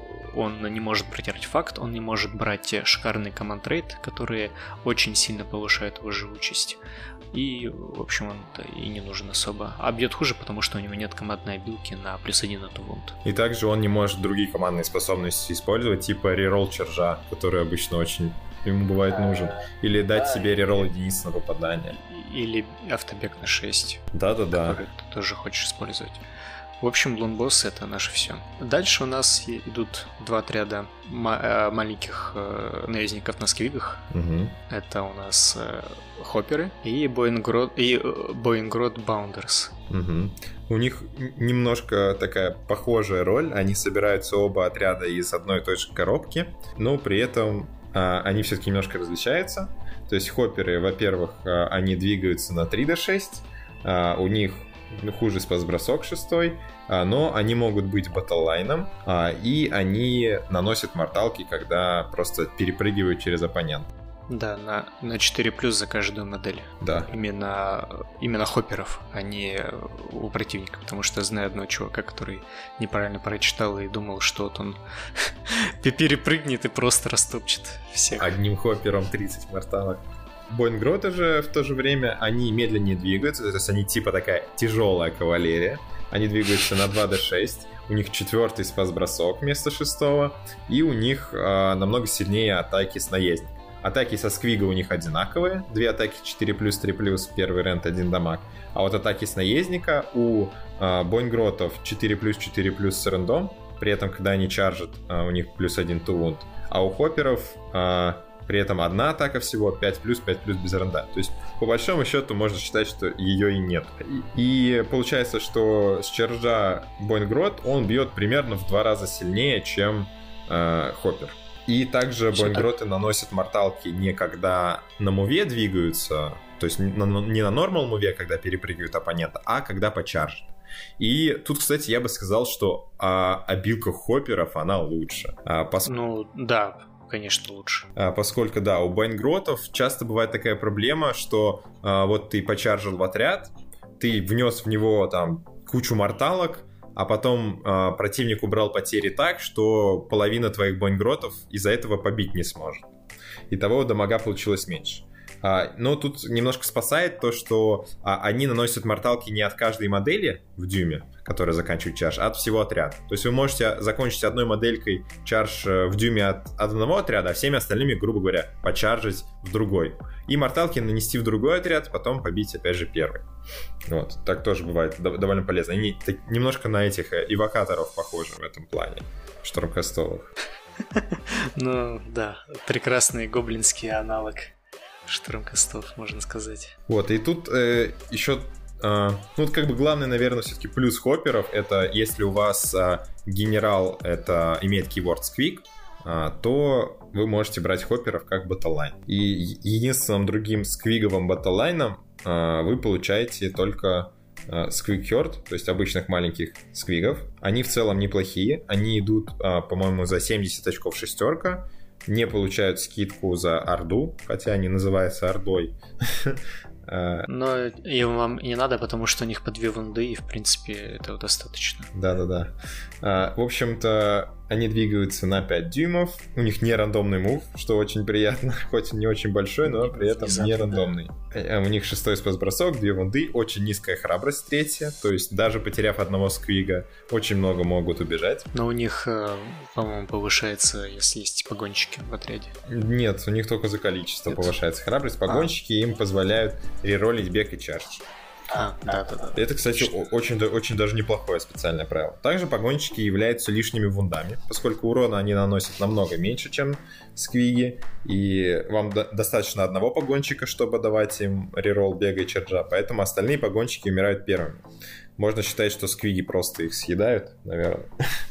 он не может брать артефакт, он не может брать шикарный команд-рейд, которые очень сильно повышают его живучесть. И, в общем, он и не нужен особо. А бьет хуже, потому что у него нет командной обилки на плюс один от вунд. И также он не может другие командные способности использовать, типа реролл чаржа, который обычно очень ему бывает нужен. Или дать себе реролл единиц на попадание. Или автобег на шесть. Да-да-да. Который ты тоже хочешь использовать. В общем, лунбосс — это наше все. Дальше у нас идут два отряда ма- маленьких э, наездников на сквигах. Угу. Это у нас э, хопперы и Боингрод и э, Боингрод Баундерс. Угу. У них немножко такая похожая роль. Они собираются оба отряда из одной и той же коробки, но при этом э, они все-таки немножко различаются. То есть хопперы, во-первых, э, они двигаются на три дэ шесть, э, у них хуже спас-бросок шестой, но они могут быть батллайном, и они наносят морталки, когда просто перепрыгивают через оппонента. Да, на, на четыре плюс за каждую модель. Да. Именно, именно хопперов, а не у противника, потому что я знаю одного чувака, который неправильно прочитал и думал, что вот он перепрыгнет и просто растопчет всех. Одним хоппером тридцать морталок. Боингроты же в то же время, они медленнее двигаются, то есть они типа такая тяжелая кавалерия. Они двигаются на два дэ шесть, у них четвертый спас-бросок вместо шестого, и у них э, намного сильнее атаки с наездником. Атаки со сквига у них одинаковые, две атаки четыре плюс, три плюс, первый рент, один дамаг. А вот атаки с наездника у э, Боингротов четыре плюс, четыре плюс с рендом, при этом, когда они чаржат, э, у них плюс один to wound. А у хопперов... Э, При этом одна атака всего, пять плюс, пять плюс без ренда. То есть, по большому счету, можно считать, что ее и нет. И получается, что с чарджа Боингрот он бьет примерно в два раза сильнее, чем э, хоппер. И также Боингроты наносят морталки не когда на муве двигаются, то есть не на нормал муве, когда перепрыгивают оппонента, а когда почаржат. И тут, кстати, я бы сказал, что а, обилка хопперов, она лучше. А, пос... Ну, да, конечно, лучше. А, поскольку, да, у Боингротов часто бывает такая проблема, что а, вот ты почаржил в отряд, ты внес в него там кучу морталок, а потом а, противник убрал потери так, что половина твоих Боингротов из-за этого побить не сможет. Итого дамага получилось меньше. А, но тут немножко спасает то, что а, они наносят морталки не от каждой модели в дюйме, которая заканчивает чардж, а от всего отряда. То есть вы можете закончить одной моделькой чардж в дюйме от, от одного отряда, а всеми остальными, грубо говоря, почаржить в другой. И морталки нанести в другой отряд, потом побить опять же первый. Вот, так тоже бывает довольно полезно. Они так, немножко на этих эвокаторов похожи в этом плане, штурмкастовых. Ну, да, прекрасный гоблинский аналог штурмкастов, можно сказать. Вот, и тут э, еще, э, ну, как бы главный, наверное, все-таки плюс хопперов, это если у вас э, генерал это имеет keyword squig, э, то вы можете брать хопперов как батллайн. И единственным другим сквиговым батллайном э, вы получаете только Squig Herd, то есть обычных маленьких сквигов. Они в целом неплохие. Они идут, по-моему, за семьдесят очков шестерка. Не получают скидку за орду, хотя они называются ордой. Но им вам не надо, потому что у них по две вунды, и в принципе этого достаточно. Да-да-да. В общем-то, они двигаются на пять дюймов. У них не рандомный мув, что очень приятно. Хоть не очень большой, но при этом не рандомный. Да. У них шестой спас-бросок, две вунды, очень низкая храбрость третья. То есть даже потеряв одного сквига, очень много могут убежать. Но у них, по-моему, повышается, если есть погонщики в отряде. Нет, у них только за количество Нет. повышается храбрость. Погонщики а. им позволяют реролить бег и чардж. А, да, да, да. Это, кстати, очень, очень даже неплохое специальное правило. Также погонщики являются лишними вундами, поскольку урона они наносят намного меньше, чем сквиги, и вам до- достаточно одного погонщика, чтобы давать им реролл бега и чарджа, поэтому остальные погонщики умирают первыми. Можно считать, что сквиги просто их съедают, наверное.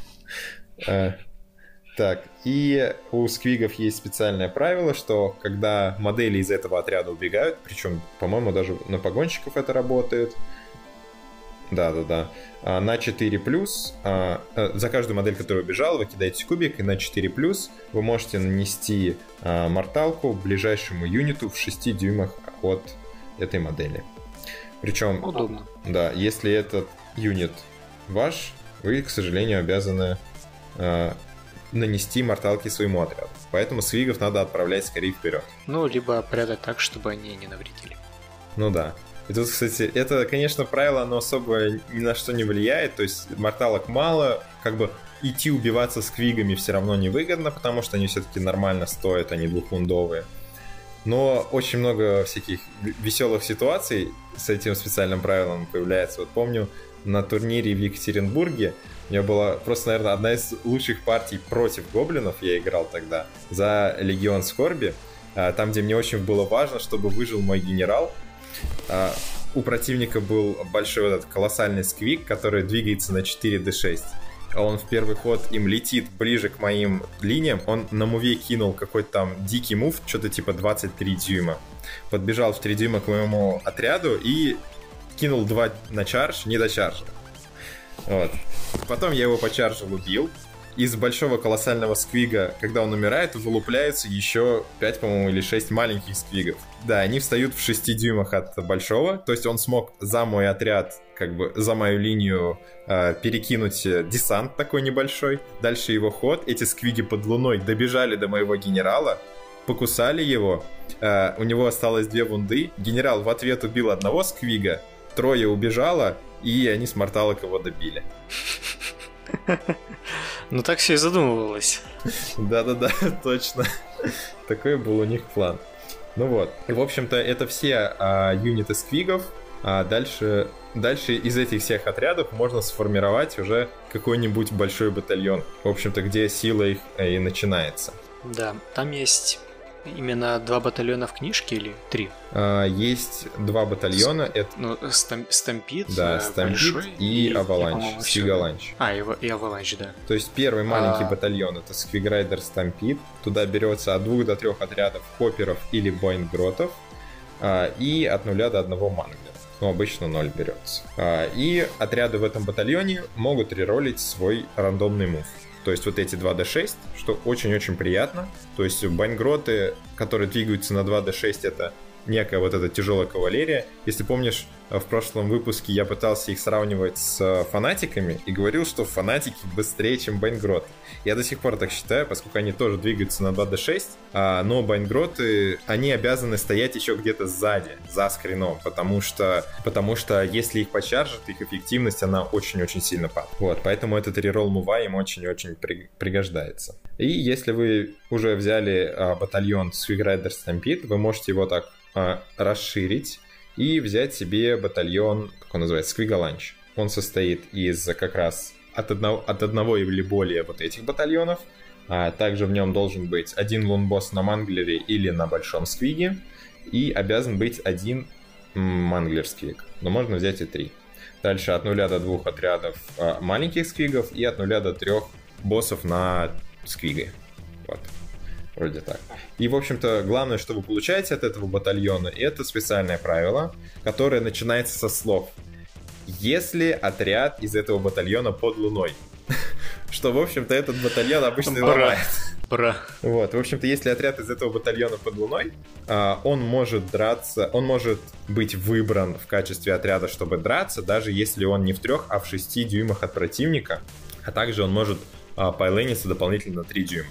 Так, и у сквигов есть специальное правило, что когда модели из этого отряда убегают, причем, по-моему, даже на погонщиков это работает, да-да-да, на четыре плюс, за каждую модель, которая убежала, вы кидаете кубик, и на четыре плюс вы можете нанести морталку ближайшему юниту в шести дюймах от этой модели. Причем, удобно. Да, если этот юнит ваш, вы, к сожалению, обязаны нанести морталки своему отряду. Поэтому свигов надо отправлять скорее вперед. Ну, либо прятать так, чтобы они не навредили. Ну да. И тут, кстати, это, конечно, правило, оно особо ни на что не влияет. То есть морталок мало, как бы идти убиваться с квигами все равно невыгодно, потому что они все-таки нормально стоят, они двухвундовые. Но очень много всяких веселых ситуаций с этим специальным правилом появляется. Вот помню, на турнире в Екатеринбурге у меня была просто, наверное, одна из лучших партий против гоблинов. Я играл тогда за Легион Скорби. Там, где мне очень было важно, чтобы выжил мой генерал. У противника был большой вот этот колоссальный сквиг, который двигается на четыре дэ шесть. Он в первый ход им летит ближе к моим линиям. Он на муве кинул какой-то там дикий мув, что-то типа двадцать три дюйма. Подбежал в три дюйма к моему отряду и кинул два на чардж, не до чаржа. Вот. Потом я его по чаржу убил. Из большого колоссального сквига, когда он умирает, вылупляются еще пять, по-моему, или шесть маленьких сквигов. Да, они встают в шести дюймах от большого. То есть он смог за мой отряд, как бы за мою линию э, перекинуть десант такой небольшой. Дальше его ход. Эти сквиги под луной добежали до моего генерала, покусали его. Э, у него осталось две вунды. Генерал в ответ убил одного сквига. Трое убежало, и они с морталок его добили. Ну так все и задумывалось. Да-да-да, точно. Такой был у них план. Ну вот. И, в общем-то, это все а, юниты сквигов. А дальше, дальше из этих всех отрядов можно сформировать уже какой-нибудь большой батальон. В общем-то, где сила их и начинается. Да, там есть именно два батальона в книжке или три? А, есть два батальона. С... Это... Ну, Стампид, да, Стампид и Аваланч, Сквигаланч. А, и, и Аваланч, да. То есть первый маленький а... батальон — это Сквиграйдер Стампид. Туда берется от двух до трех отрядов хопперов или бойнгротов. А, и от нуля до одного манглера. Ну, обычно ноль берется. А, и отряды в этом батальоне могут реролить свой рандомный мув. То есть вот эти два дэ шесть, что очень-очень приятно. То есть байнгроты, которые двигаются на два дэ шесть, это некая вот эта тяжелая кавалерия. Если помнишь, в прошлом выпуске я пытался их сравнивать с фанатиками и говорил, что фанатики быстрее, чем байнгроты. Я до сих пор так считаю, поскольку они тоже двигаются на два дэ шесть, но байнгроты, они обязаны стоять еще где-то сзади, за скрином, потому что, потому что если их почаржат, их эффективность, она очень-очень сильно падает. Вот, поэтому этот реролл мува им очень-очень при, пригождается. И если вы уже взяли а, батальон Swig Rider Stampede, вы можете его так а, расширить и взять себе батальон, как он называется, Squigalunch. Он состоит из как раз от одного, от одного или более вот этих батальонов. А также в нем должен быть один лунбосс на манглере или на большом сквиге. И обязан быть один манглер сквиг. Но можно взять и три. Дальше от нуля до двух отрядов а, маленьких сквигов и от нуля до трех боссов на сквиге. Вот. Вроде так. И, в общем-то, главное, что вы получаете от этого батальона, это специальное правило, которое начинается со слов «Если отряд из этого батальона под луной». Что, в общем-то, этот батальон обычно и ломает. Бра. Вот, в общем-то, если отряд из этого батальона под луной, он может драться, он может быть выбран в качестве отряда, чтобы драться, даже если он не в трех, а в шести дюймах от противника, а также он может пайлейниться дополнительно на три дюйма.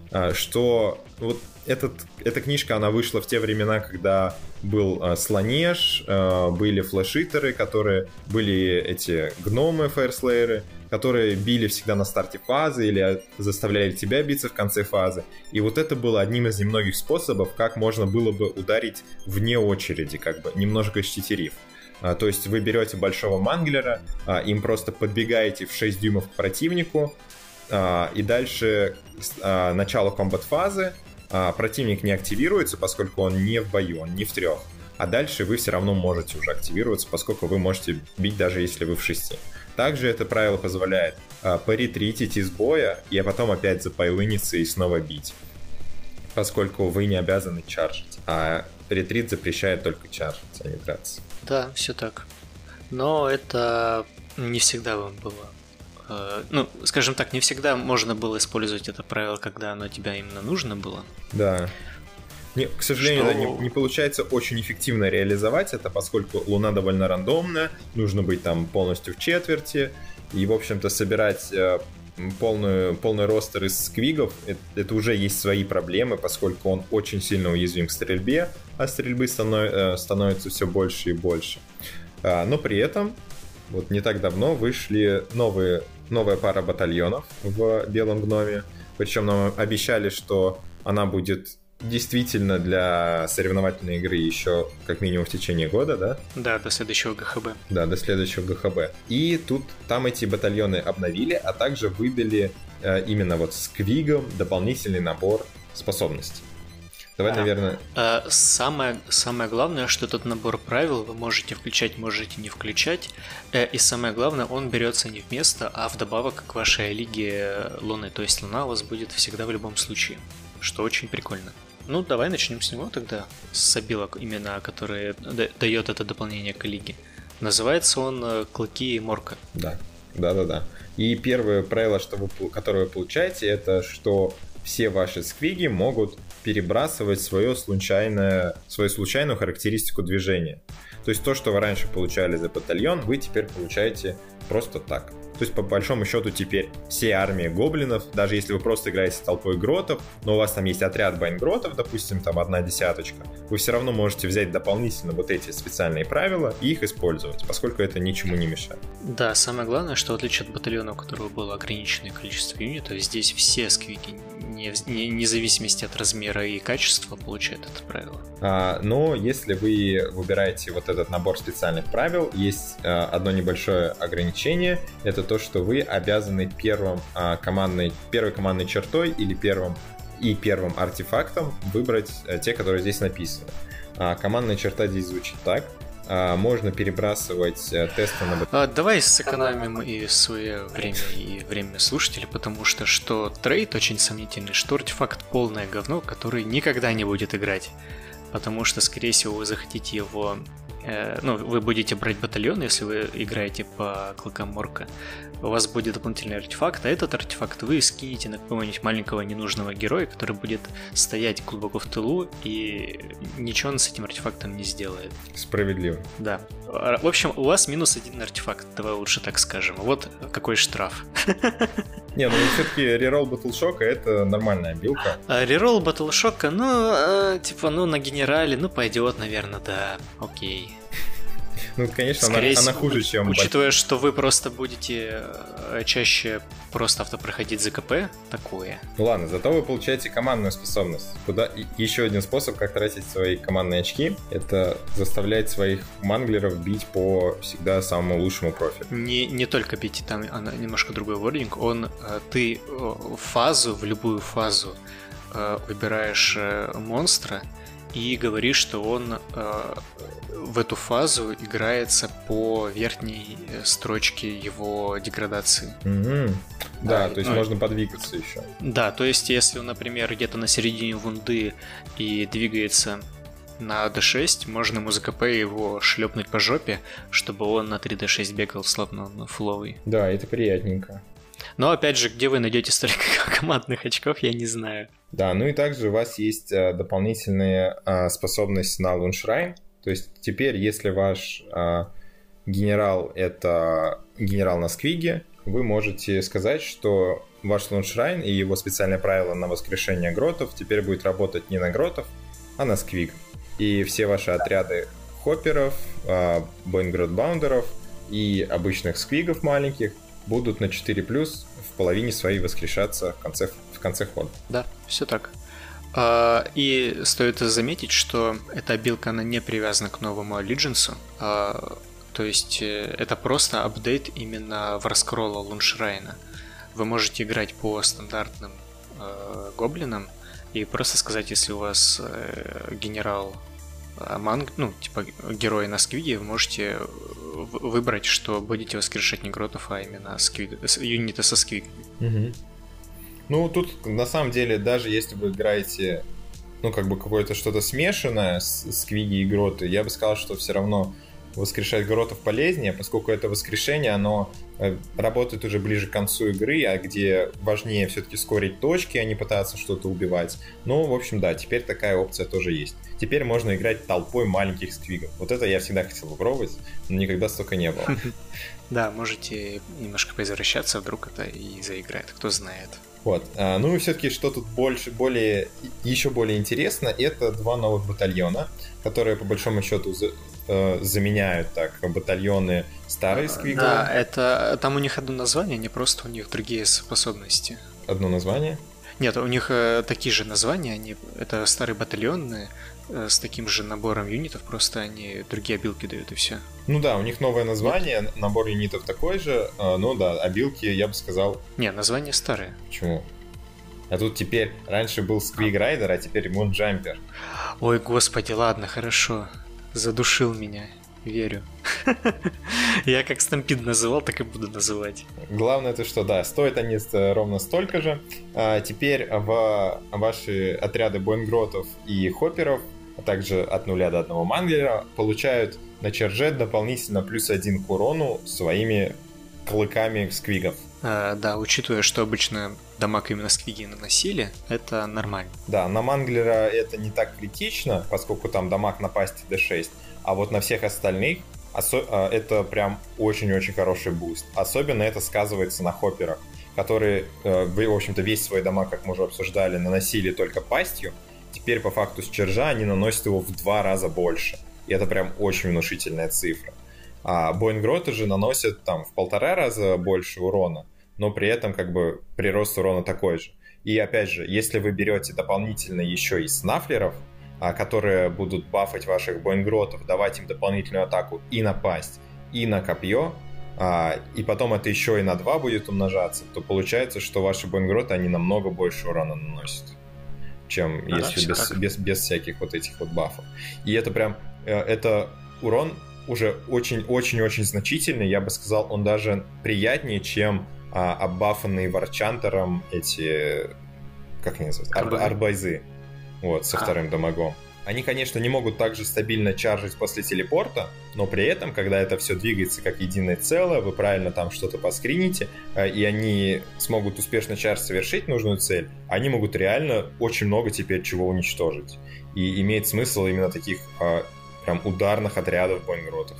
Что вот этот, эта книжка, она вышла в те времена, когда был э, Сланеж, э, были флешитеры, которые были эти гномы, фаерслееры, которые били всегда на старте фазы или заставляли тебя биться в конце фазы. И вот это было одним из немногих способов, как можно было бы ударить вне очереди, как бы немножко читерив. А, то есть вы берете большого манглера, а, им просто подбегаете в шесть дюймов к противнику, а, и дальше а, начало комбат-фазы, а, противник не активируется, поскольку он не в бою, он не в трех. А дальше вы все равно можете уже активироваться, поскольку вы можете бить, даже если вы в шести. Также это правило позволяет а, поретритить из боя, и потом опять запайлыниться и снова бить, поскольку вы не обязаны чаржить, а ретрит запрещает только чаржить, а не драться. Да, все так. Но это не всегда вам было. Ну, скажем так, не всегда можно было использовать это правило, когда оно тебе именно нужно было. Да. Не, к сожалению, Что... да, не, не получается очень эффективно реализовать это, поскольку луна довольно рандомная, нужно быть там полностью в четверти, и, в общем-то, собирать э, полную, полный ростер из сквигов, это, это уже есть свои проблемы, поскольку он очень сильно уязвим к стрельбе, а стрельбы станов, э, становится все больше и больше. А, но при этом, вот не так давно вышли новые... новая пара батальонов в Белом Гноме. Причем нам обещали, что она будет действительно для соревновательной игры еще как минимум в течение года, да? Да, до следующего ГХБ. Да, до следующего ГХБ. И тут там эти батальоны обновили, а также выдали э, именно вот с квигом дополнительный набор способностей. Давай, а, наверное... А, самое, самое главное, что этот набор правил вы можете включать, можете не включать. И самое главное, он берется не вместо, а вдобавок к вашей лиге Луны. То есть Луна у вас будет всегда в любом случае, что очень прикольно. Ну, давай начнем с него тогда, с обилок именно, которые дает это дополнение к лиге. Называется он «Клыки и Морка». Да, да-да-да. И первое правило, что вы, которое вы получаете, это что все ваши сквиги могут перебрасывать свое случайное, свою случайную характеристику движения. То есть то, что вы раньше получали за батальон, вы теперь получаете просто так. То есть по большому счету теперь все армии гоблинов, даже если вы просто играете с толпой гротов, но у вас там есть отряд байнгротов, допустим, там одна десяточка, вы все равно можете взять дополнительно вот эти специальные правила и их использовать, поскольку это ничему не мешает. Да, самое главное, что в отличие от батальона, у которого было ограниченное количество юнитов, здесь все сквиги, не, не, не в зависимости от размера и качества, получают это правило. А, но если вы выбираете вот этот набор специальных правил, есть а, одно небольшое ограничение, это то, что вы обязаны первым, а, командной, первой командной чертой или первым и первым артефактом выбрать а, те, которые здесь написаны. А, командная черта здесь звучит так. А, можно перебрасывать а, тесты на... А, давай сэкономим и свое время, и время слушателей, потому что что трейд очень сомнительный, что артефакт полное говно, который никогда не будет играть. Потому что, скорее всего, вы захотите его э, ну, вы будете брать батальон, если вы играете по клыкам Морка, у вас будет дополнительный артефакт, а этот артефакт вы скинете на какого-нибудь маленького ненужного героя, который будет стоять глубоко в тылу, и ничего он с этим артефактом не сделает. Справедливо. Да. В общем, у вас минус один артефакт, давай лучше так скажем. Вот какой штраф. Не, ну все-таки реролл Батлшока — это нормальная билка. Реролл Батлшока, ну, типа, ну, на генерале, ну, пойдет, наверное, да, окей. Ну, конечно, она, она хуже, чем... Учитывая, что вы просто будете чаще просто автопроходить ЗКП, такое. Ну ладно, зато вы получаете командную способность. Куда... Еще один способ, как тратить свои командные очки, это заставлять своих манглеров бить по всегда самому лучшему профилю. Не, не только бить, там она немножко другой вординг. Он, ты в фазу, в любую фазу выбираешь монстра, и говоришь, что он э, в эту фазу играется по верхней строчке его деградации. Mm-hmm. Да, а, то есть ну, можно подвигаться еще. Да, то есть если он, например, где-то на середине вунды и двигается на дэ шесть, можно ему за КП его шлепнуть по жопе, чтобы он на три дэ шесть бегал словно фуловый. Да, это приятненько. Но опять же, где вы найдете столько командных очков, я не знаю. Да, ну и также у вас есть а, дополнительная а, способность на Луншрайн. То есть теперь, если ваш а, генерал — это генерал на сквиге, вы можете сказать, что ваш Луншрайн и его специальное правило на воскрешение гротов теперь будет работать не на гротов, а на сквиг. И все ваши отряды хопперов, а, бойнгрот-баундеров и обычных сквигов маленьких будут на четыре плюс в половине своей воскрешаться в конце, в конце хода. Да, все так. И стоит заметить, что эта билка, она не привязана к новому Allegiance. То есть это просто апдейт именно в раскролла Луншрайна. Вы можете играть по стандартным гоблинам и просто сказать, если у вас генерал манг, ну, типа герой на сквиге, вы можете выбрать, что будете воскрешать не гротов, а именно сквиг, юниты со сквигами. Угу. Ну, тут, на самом деле, даже если вы играете, ну, как бы какое-то что-то смешанное с сквиги и гроты, я бы сказал, что все равно воскрешать гротов полезнее, поскольку это воскрешение, оно работает уже ближе к концу игры, а где важнее все-таки скорить точки, а не пытаться что-то убивать. Ну, в общем, да, теперь такая опция тоже есть. Теперь можно играть толпой маленьких сквигов. Вот это я всегда хотел попробовать, но никогда столько не было. Да, можете немножко возвращаться, вдруг это и заиграет, кто знает. Вот. Ну и все-таки, что тут больше, более, еще более интересно, это два новых батальона, которые по большому счету заменяют так батальоны старые сквиглы. Да, это там у них одно название, не просто у них другие способности. Одно название? Нет, у них э, такие же названия, они это старые батальоны э, с таким же набором юнитов, просто они другие обилки дают и все. Ну да, у них новое название, Нет. набор юнитов такой же, э, но да, обилки, я бы сказал... Не, название старое. Почему? А тут теперь, раньше был Сквиг Райдер, а теперь Мунджампер. Ой, господи, ладно, хорошо. Задушил меня, верю. Я как Стампид называл, так и буду называть. Главное то, что да, стоят они ровно столько же. А теперь в ваши отряды бойнгротов и хопперов, а также от нуля до одного манглера, получают на черже дополнительно плюс один к урону своими клыками сквигов. А, да, учитывая, что обычно дамаг именно сквиги наносили, это нормально. Да, на манглера это не так критично, поскольку там дамаг на пасти дэ шесть, а вот на всех остальных это прям очень-очень хороший буст. Особенно это сказывается на хопперах, которые, в общем-то, весь свой дамаг, как мы уже обсуждали, наносили только пастью. Теперь по факту с чержа они наносят его в два раза больше. И это прям очень внушительная цифра. А бойнгроты же наносят там в полтора раза больше урона, но при этом как бы прирост урона такой же. И опять же, если вы берете дополнительно еще и снафлеров, которые будут бафать ваших бойнгротов, давать им дополнительную атаку и на пасть, и на копье, и потом это еще и на два будет умножаться, то получается, что ваши бойнгроты, они намного больше урона наносят, чем а если да, без, без, без всяких вот этих вот бафов. И это прям, это урон уже очень-очень-очень значительный, я бы сказал, он даже приятнее, чем а, оббафанные варчантером эти, как они называются, Ар- арбайзы, вот, со а. вторым дамагом. Они, конечно, не могут также стабильно чаржить после телепорта, но при этом, когда это все двигается как единое целое, вы правильно там что-то поскрините, и они смогут успешно чардж совершить нужную цель, они могут реально очень много теперь чего уничтожить. И имеет смысл именно таких прям ударных отрядов Бойнгротов.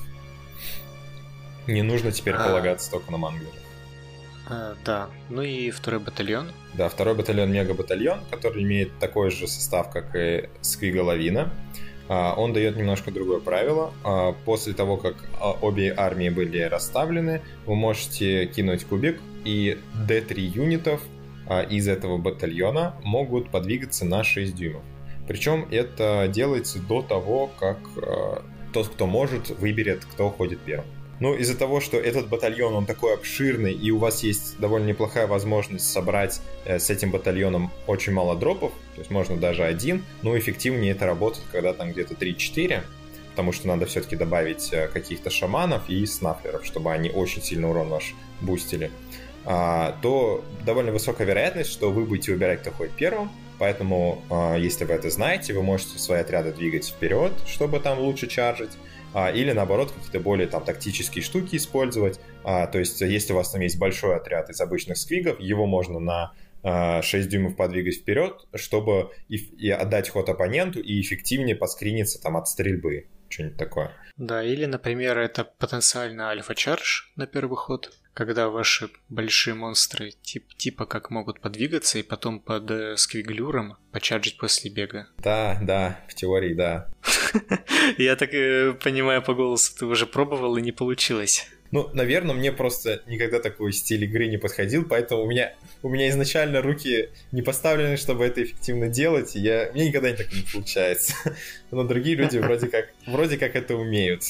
Не нужно теперь а... полагаться только на манглеров. А, да, ну и второй батальон. Да, второй батальон мега-батальон, который имеет такой же состав, как и Сквига Лавина. А, он дает немножко другое правило. А, после того, как обе армии были расставлены, вы можете кинуть кубик, и ди три юнитов а, из этого батальона могут подвигаться на шесть дюймов. Причем это делается до того, как а, тот, кто может, выберет, кто ходит первым. Ну, из-за того, что этот батальон, он такой обширный, и у вас есть довольно неплохая возможность собрать э, с этим батальоном очень мало дропов, то есть можно даже один, но эффективнее это работает, когда там где-то три-четыре, потому что надо все-таки добавить э, каких-то шаманов и снафлеров, чтобы они очень сильно урон ваш бустили, а, то довольно высокая вероятность, что вы будете выбирать, кто ходит первым, поэтому, э, если вы это знаете, вы можете свои отряды двигать вперед, чтобы там лучше чаржить, А, или наоборот какие-то более там тактические штуки использовать. А, то есть если у вас там есть большой отряд из обычных сквигов, его можно на а, шесть дюймов подвигать вперед, чтобы и, и отдать ход оппоненту и эффективнее поскриниться там от стрельбы. Что-нибудь такое. Да, или, например, это потенциально альфа-чардж на первый ход, когда ваши большие монстры тип, типа как могут подвигаться и потом под э, сквиглюром почарджить после бега. Да, да, в теории, да. Я так э, понимаю по голосу, ты уже пробовал и не получилось. Ну, наверное, мне просто никогда такой стиль игры не подходил, поэтому у меня, у меня изначально руки не поставлены, чтобы это эффективно делать, и я, мне никогда так не получается. Но другие люди вроде как, вроде как это умеют.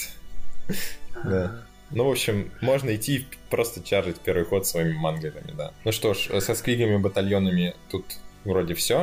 Да. Ну, в общем, можно идти просто чаржить первый ход своими манглерами, да. Ну что ж, со сквигами батальонами тут вроде все.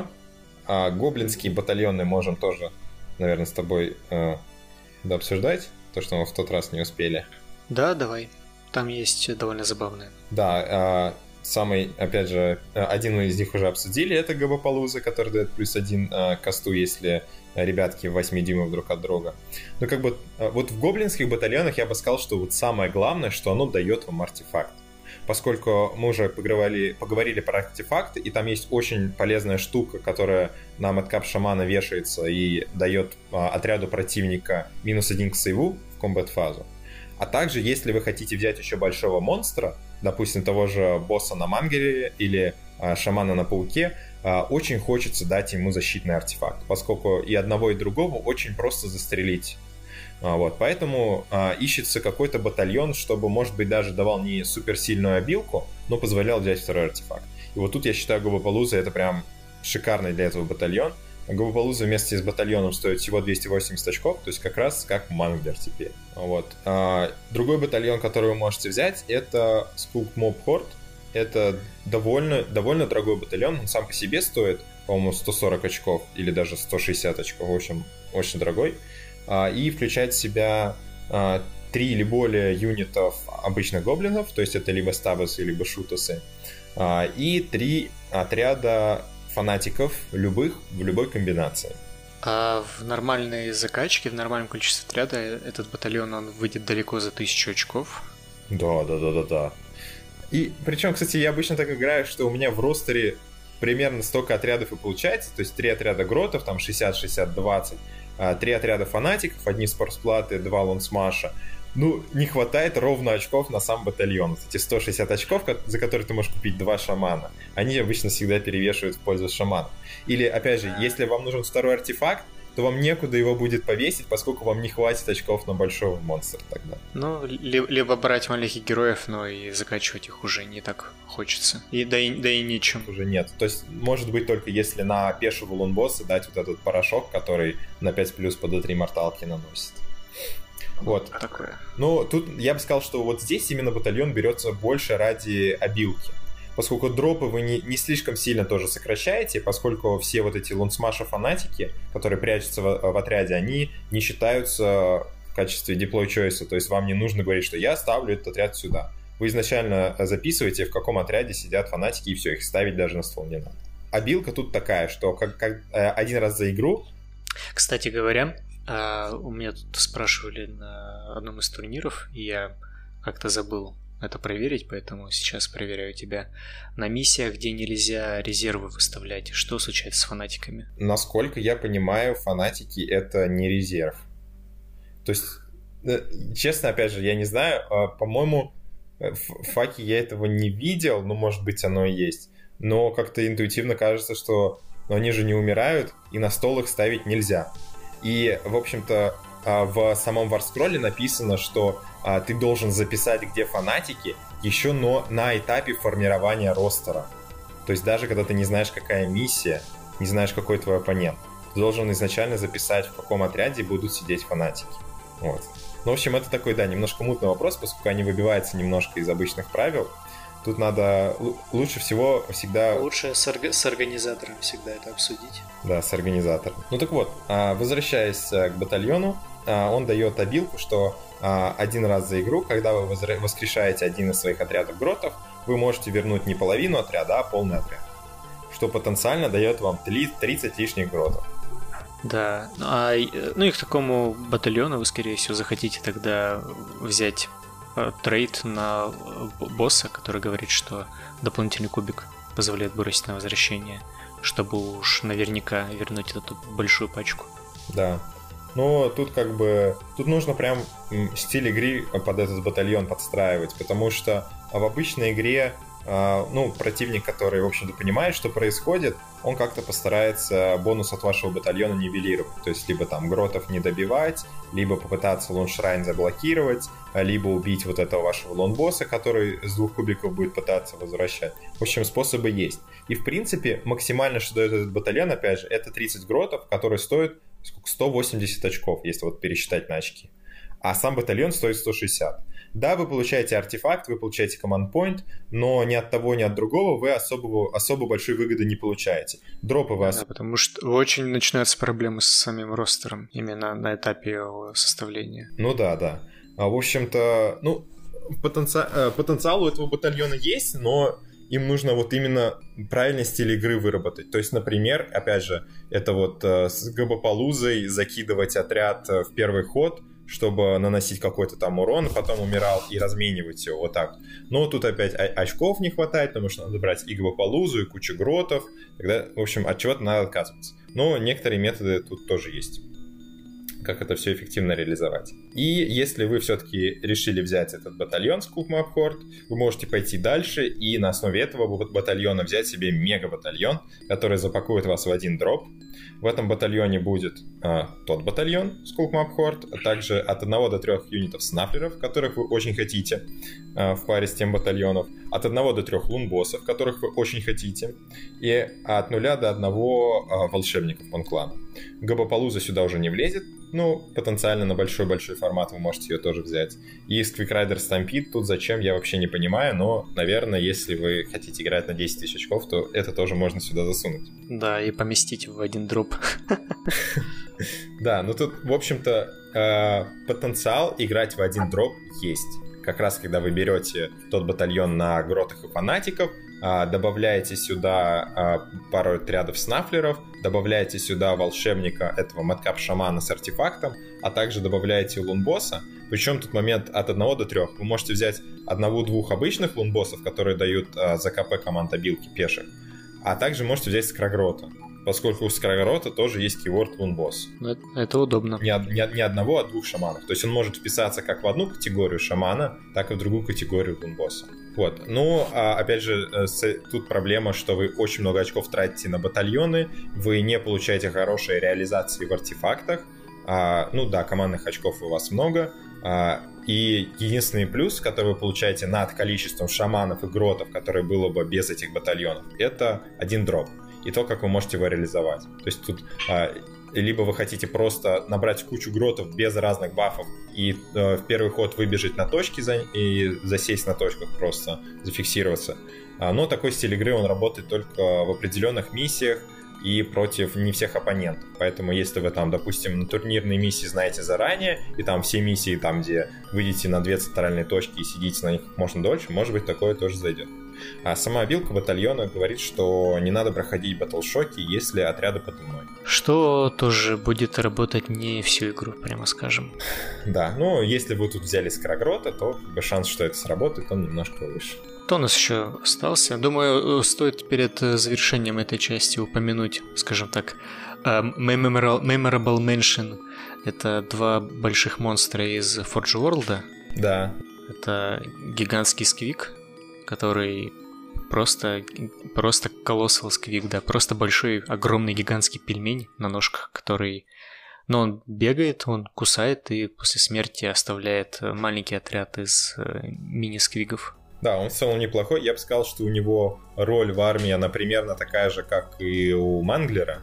А гоблинские батальоны можем тоже, наверное, с тобой э, обсуждать, то, что мы в тот раз не успели. Да, давай. Там есть довольно забавные. Да, э, самый, опять же, один мы из них уже обсудили, это Габапалуза, который дает плюс один э, касту, если ребятки в восемь дюймов друг от друга. Но как бы вот в гоблинских батальонах я бы сказал, что вот самое главное, что оно дает вам артефакт. Поскольку мы уже поговорили, поговорили про артефакты, и там есть очень полезная штука, которая на мэдкап шамана вешается и дает а, отряду противника минус один к сейву в комбат-фазу. А также, если вы хотите взять еще большого монстра, допустим, того же босса на мангере или а, шамана на пауке, а, очень хочется дать ему защитный артефакт, поскольку и одного, и другого очень просто застрелить. А, вот, поэтому а, ищется какой-то батальон, чтобы, может быть, даже давал не суперсильную обилку, но позволял взять второй артефакт. И вот тут я считаю, Габапалуза это прям шикарный для этого батальон. Габапалуза вместе с батальоном стоит всего двести восемьдесят очков, то есть как раз как манглер теперь. Вот. А, другой батальон, который вы можете взять, это Skulk Mob Horde. Это довольно, довольно дорогой батальон, он сам по себе стоит, по-моему, сто сорок очков или даже сто шестьдесят очков, в общем, очень дорогой. А, и включает в себя а, три или более юнитов обычных гоблинов, то есть это либо стабусы, либо шутасы, а, и три отряда фанатиков любых, в любой комбинации. А в нормальной закачке, в нормальном количестве отряда этот батальон, он выйдет далеко за тысячу очков? Да, да, да, да, да. И причем, кстати, я обычно так играю, что у меня в ростере примерно столько отрядов и получается, то есть три отряда гротов, там шестьдесят шестьдесят двадцать, три отряда фанатиков, одни спортсплаты, два лонсмаша. Ну, не хватает ровно очков на сам батальон. Вот эти сто шестьдесят очков, за которые ты можешь купить два шамана, они обычно всегда перевешивают в пользу шамана. Или, опять же, если вам нужен второй артефакт, то вам некуда его будет повесить, поскольку вам не хватит очков на большого монстра тогда. Ну, ли- либо брать маленьких героев, но и закачивать их уже не так хочется. И, да, и, да и нечем. Уже нет. То есть, может быть, только если на пешего лунбосса дать вот этот порошок, который на пять плюс по дэ три морталки наносит. Вот. Такое. Ну, тут я бы сказал, что вот здесь именно батальон берется больше ради обилки. Поскольку дропы вы не, не слишком сильно тоже сокращаете, поскольку все вот эти лунсмаша-фанатики, которые прячутся в, в отряде, они не считаются в качестве deploy choice, то есть вам не нужно говорить, что я ставлю этот отряд сюда. Вы изначально записываете, в каком отряде сидят фанатики, и все, их ставить даже на ствол не надо. Обилка тут такая, что как, как, один раз за игру Кстати говоря, у меня тут спрашивали на одном из турниров, и я как-то забыл это проверить, поэтому сейчас проверяю тебя. На миссиях, где нельзя резервы выставлять, что случается с фанатиками? Насколько я понимаю, фанатики — это не резерв. То есть, честно, опять же, я не знаю, по-моему, в факе я этого не видел, ну, может быть, оно и есть, но как-то интуитивно кажется, что они же не умирают, и на стол их ставить нельзя. И, в общем-то, в самом варскролле написано, что ты должен записать, где фанатики, еще но на этапе формирования ростера. То есть даже когда ты не знаешь, какая миссия, не знаешь, какой твой оппонент, ты должен изначально записать, в каком отряде будут сидеть фанатики. Вот. Ну, в общем, это такой, да, немножко мутный вопрос, поскольку они выбиваются немножко из обычных правил. Тут надо лучше всего всегда... Лучше с, орг... с организатором всегда это обсудить. Да, с организатором. Ну так вот, возвращаясь к батальону, он дает обилку, что один раз за игру, когда вы воскрешаете один из своих отрядов гротов, вы можете вернуть не половину отряда, а полный отряд. Что потенциально дает вам тридцать лишних гротов. Да, а, ну и к такому батальону вы, скорее всего, захотите тогда взять трейд на босса, который говорит, что дополнительный кубик позволяет бросить на возвращение, чтобы уж наверняка вернуть эту большую пачку. Да. Но тут как бы... Тут нужно прям стиль игры под этот батальон подстраивать, потому что в обычной игре, ну, противник, который, в общем-то, понимает, что происходит, он как-то постарается бонус от вашего батальона нивелировать. То есть либо там гротов не добивать, либо попытаться луншрайн заблокировать, либо убить вот этого вашего лонбосса, который с двух кубиков будет пытаться возвращать. В общем, способы есть. И, в принципе, максимально, что дает этот батальон, опять же, это тридцать гротов, которые стоят сколько? сто восемьдесят очков, если вот пересчитать на очки. А сам батальон стоит сто шестьдесят. Да, вы получаете артефакт, вы получаете команд-поинт, но ни от того, ни от другого вы особо, особо большой выгоды не получаете. Дропы вас... Да, потому что очень начинаются проблемы с самим ростером именно на этапе его составления. Ну да, да. А, в общем-то, ну, потенци... потенциал у этого батальона есть, но им нужно вот именно правильный стиль игры выработать. То есть, например, опять же, это вот с Габапалузой закидывать отряд в первый ход, чтобы наносить какой-то там урон, потом умирал и разменивать его вот так. Но тут опять очков не хватает, потому что надо брать и Габапалузу, и кучу гротов. Тогда, в общем, от чего-то надо отказываться. Но некоторые методы тут тоже есть, как это все эффективно реализовать. И если вы все-таки решили взять этот батальон с Cook Map Horde, вы можете пойти дальше и на основе этого батальона взять себе мега-батальон, который запакует вас в один дроп. В этом батальоне будет а, тот батальон с Cook Map Horde, а также от одного до трёх юнитов снафлеров, которых вы очень хотите а, в паре с тем батальонов, от одного до трёх лунбоссов, которых вы очень хотите, и от нуля до одного а, волшебников панклана. Габапалуза сюда уже не влезет, ну, потенциально на большой-большой формат вы можете ее тоже взять. И с Quick Rider Stampede тут зачем, я вообще не понимаю, но, наверное, если вы хотите играть на десять тысяч очков, то это тоже можно сюда засунуть. Да, и поместить в один дроп. Да, ну тут, в общем-то, потенциал играть в один дроп есть. Как раз, когда вы берете тот батальон на гротах и фанатиков, добавляете сюда пару отрядов снафлеров, добавляете сюда волшебника, этого мэдкап-шамана с артефактом, а также добавляете лунбосса. Причем тут момент от одного до трёх. Вы можете взять одного-двух обычных лунбоссов, которые дают за КП команд обилки пеших, а также можете взять Скрагрота, поскольку у Скрагрота тоже есть кейворд лунбосс. Это, это удобно. Не, не, не одного, а двух шаманов. То есть он может вписаться как в одну категорию шамана, так и в другую категорию лунбосса. Вот. Ну, а, опять же, тут проблема, что вы очень много очков тратите на батальоны, вы не получаете хорошей реализации в артефактах. А, ну да, командных очков у вас много. А, и единственный плюс, который вы получаете над количеством шаманов и гротов, который было бы без этих батальонов, это один дроп. И то, как вы можете его реализовать. То есть тут а, либо вы хотите просто набрать кучу гротов без разных бафов и а, в первый ход выбежать на точки за, и засесть на точках, просто зафиксироваться. А, но такой стиль игры, он работает только в определенных миссиях и против не всех оппонентов. Поэтому если вы там, допустим, на турнирные миссии знаете заранее, и там все миссии, там, где выйдете на две центральные точки и сидите на них как можно дольше, может быть, такое тоже зайдет. А сама обилка батальона говорит, что не надо проходить батлшоки, если отряды под мной. Что тоже будет работать не всю игру, прямо скажем. Да, ну если вы тут взяли Скорогрота, то как бы шанс, что это сработает, он немножко выше. Кто у нас еще остался? Думаю, стоит перед завершением этой части упомянуть, скажем так, Memorable, Memorable Mention. Это два больших монстра из Forge World. Да. Это гигантский сквик, который просто, просто колоссал сквик, да, просто большой, огромный гигантский пельмень на ножках, который, ну, он бегает, он кусает и после смерти оставляет маленький отряд из мини-сквигов. Да, он в целом неплохой. Я бы сказал, что у него роль в армии, она примерно такая же, как и у Манглера.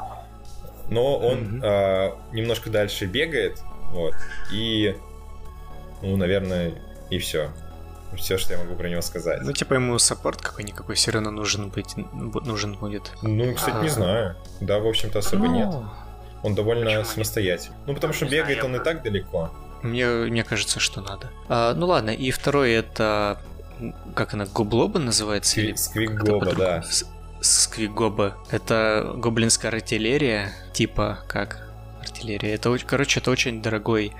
Но он mm-hmm. э, немножко дальше бегает, вот, и, ну, наверное, и все. Все, что я могу про него сказать. Ну, типа ему саппорт какой-никакой все равно нужен быть, нужен будет. Ну, кстати, А-а-а. не знаю. Да, в общем-то, особо ну... нет. Он довольно Почему самостоятельный. Нет? Ну, потому что не бегает знаю, он и так далеко. Мне, мне кажется, что надо. А, ну ладно, и второй это, как она, Гоблоба называется? Скви- Сквигоба, да. Сквигоба. Это гоблинская артиллерия, типа как артиллерия. Это, короче, это очень дорогой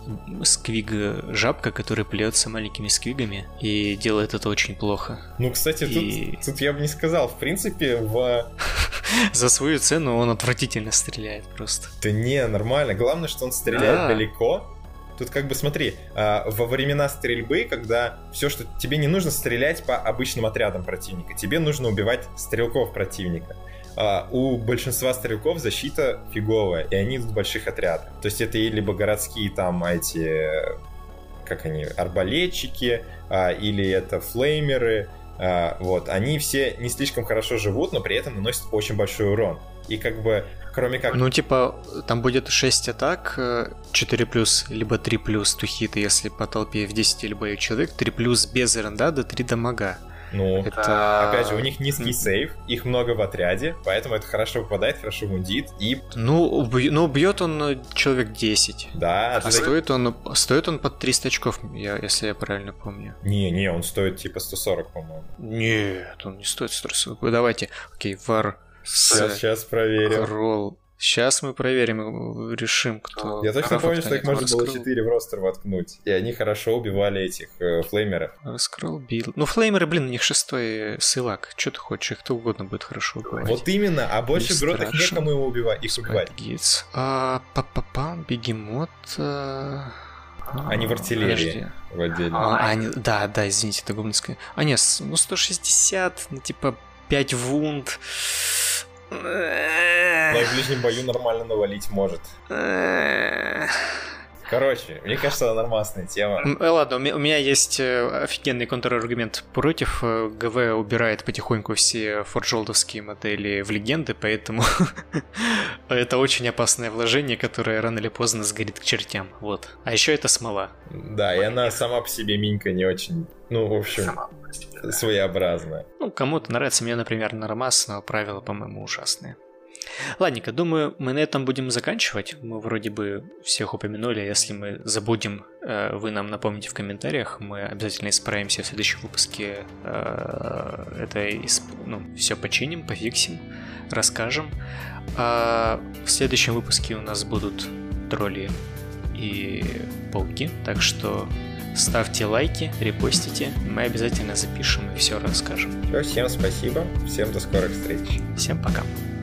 сквиг-жабка, который плюется маленькими сквигами и делает это очень плохо. Ну, кстати, и... тут, тут я бы не сказал. В принципе, в... За свою цену он отвратительно стреляет просто. Да не, нормально. Главное, что он стреляет да. далеко. Тут как бы смотри, во времена стрельбы, когда все, что тебе не нужно стрелять по обычным отрядам противника, тебе нужно убивать стрелков противника. У большинства стрелков защита фиговая, и они идут в больших отрядах. То есть это либо городские там эти, как они, арбалетчики, или это флеймеры. Вот, они все не слишком хорошо живут, но при этом наносят очень большой урон. И как бы, кроме как... Ну, типа, там будет шесть атак, четыре плюс, либо три плюс тухиты, если по толпе в десять или более человек, три плюс без эрендада, три дамага. Ну, это... опять же, у них низкий сейв, их много в отряде, поэтому это хорошо попадает, хорошо мундит, и... Ну, убь... ну бьет он человек десять. Да. А ты... стоит, он... стоит он под триста очков, я... если я правильно помню. Не-не, он стоит типа сто сорок, по-моему. Нет, он не стоит сто сорок. Давайте, окей, вар... Сейчас, сейчас проверим. Кролл. Сейчас мы проверим, решим, кто... Я точно помню, что их можно было четыре в ростер воткнуть, и они хорошо убивали этих э, флеймеров. Раскрол билд. Ну, флеймеры, блин, у них шестой сылак. Что ты хочешь, их кто угодно будет хорошо убивать. Вот именно, а больше в гротах некому его убивать, их убивать. А, па-па-пам, бегемот... А... Они в артиллерии в отдельно. А, они... Да, да, извините, это гоблинская. А, нет, ну сто шестьдесят, ну типа пять вунд... Но и в ближнем бою нормально навалить может. Короче, мне кажется, это нормальная тема. Ладно, у меня есть офигенный контраргумент против. ГВ убирает потихоньку все форджолдовские модели в легенды, поэтому это очень опасное вложение, которое рано или поздно сгорит к чертям. Вот. А еще это смола. Да, и она сама по себе минька не очень, ну, в общем, своеобразная. Ну, кому-то нравится. Мне, например, нормас, но правила, по-моему, ужасные. Ладненько, думаю, мы на этом будем заканчивать. Мы вроде бы всех упомянули. Если мы забудем, вы нам напомните в комментариях. Мы обязательно исправимся в следующем выпуске. Это ну, все починим, пофиксим, расскажем. А в следующем выпуске у нас будут тролли и пауки. Так что ставьте лайки, репостите. Мы обязательно запишем и все расскажем. Всем спасибо. Всем до скорых встреч. Всем пока.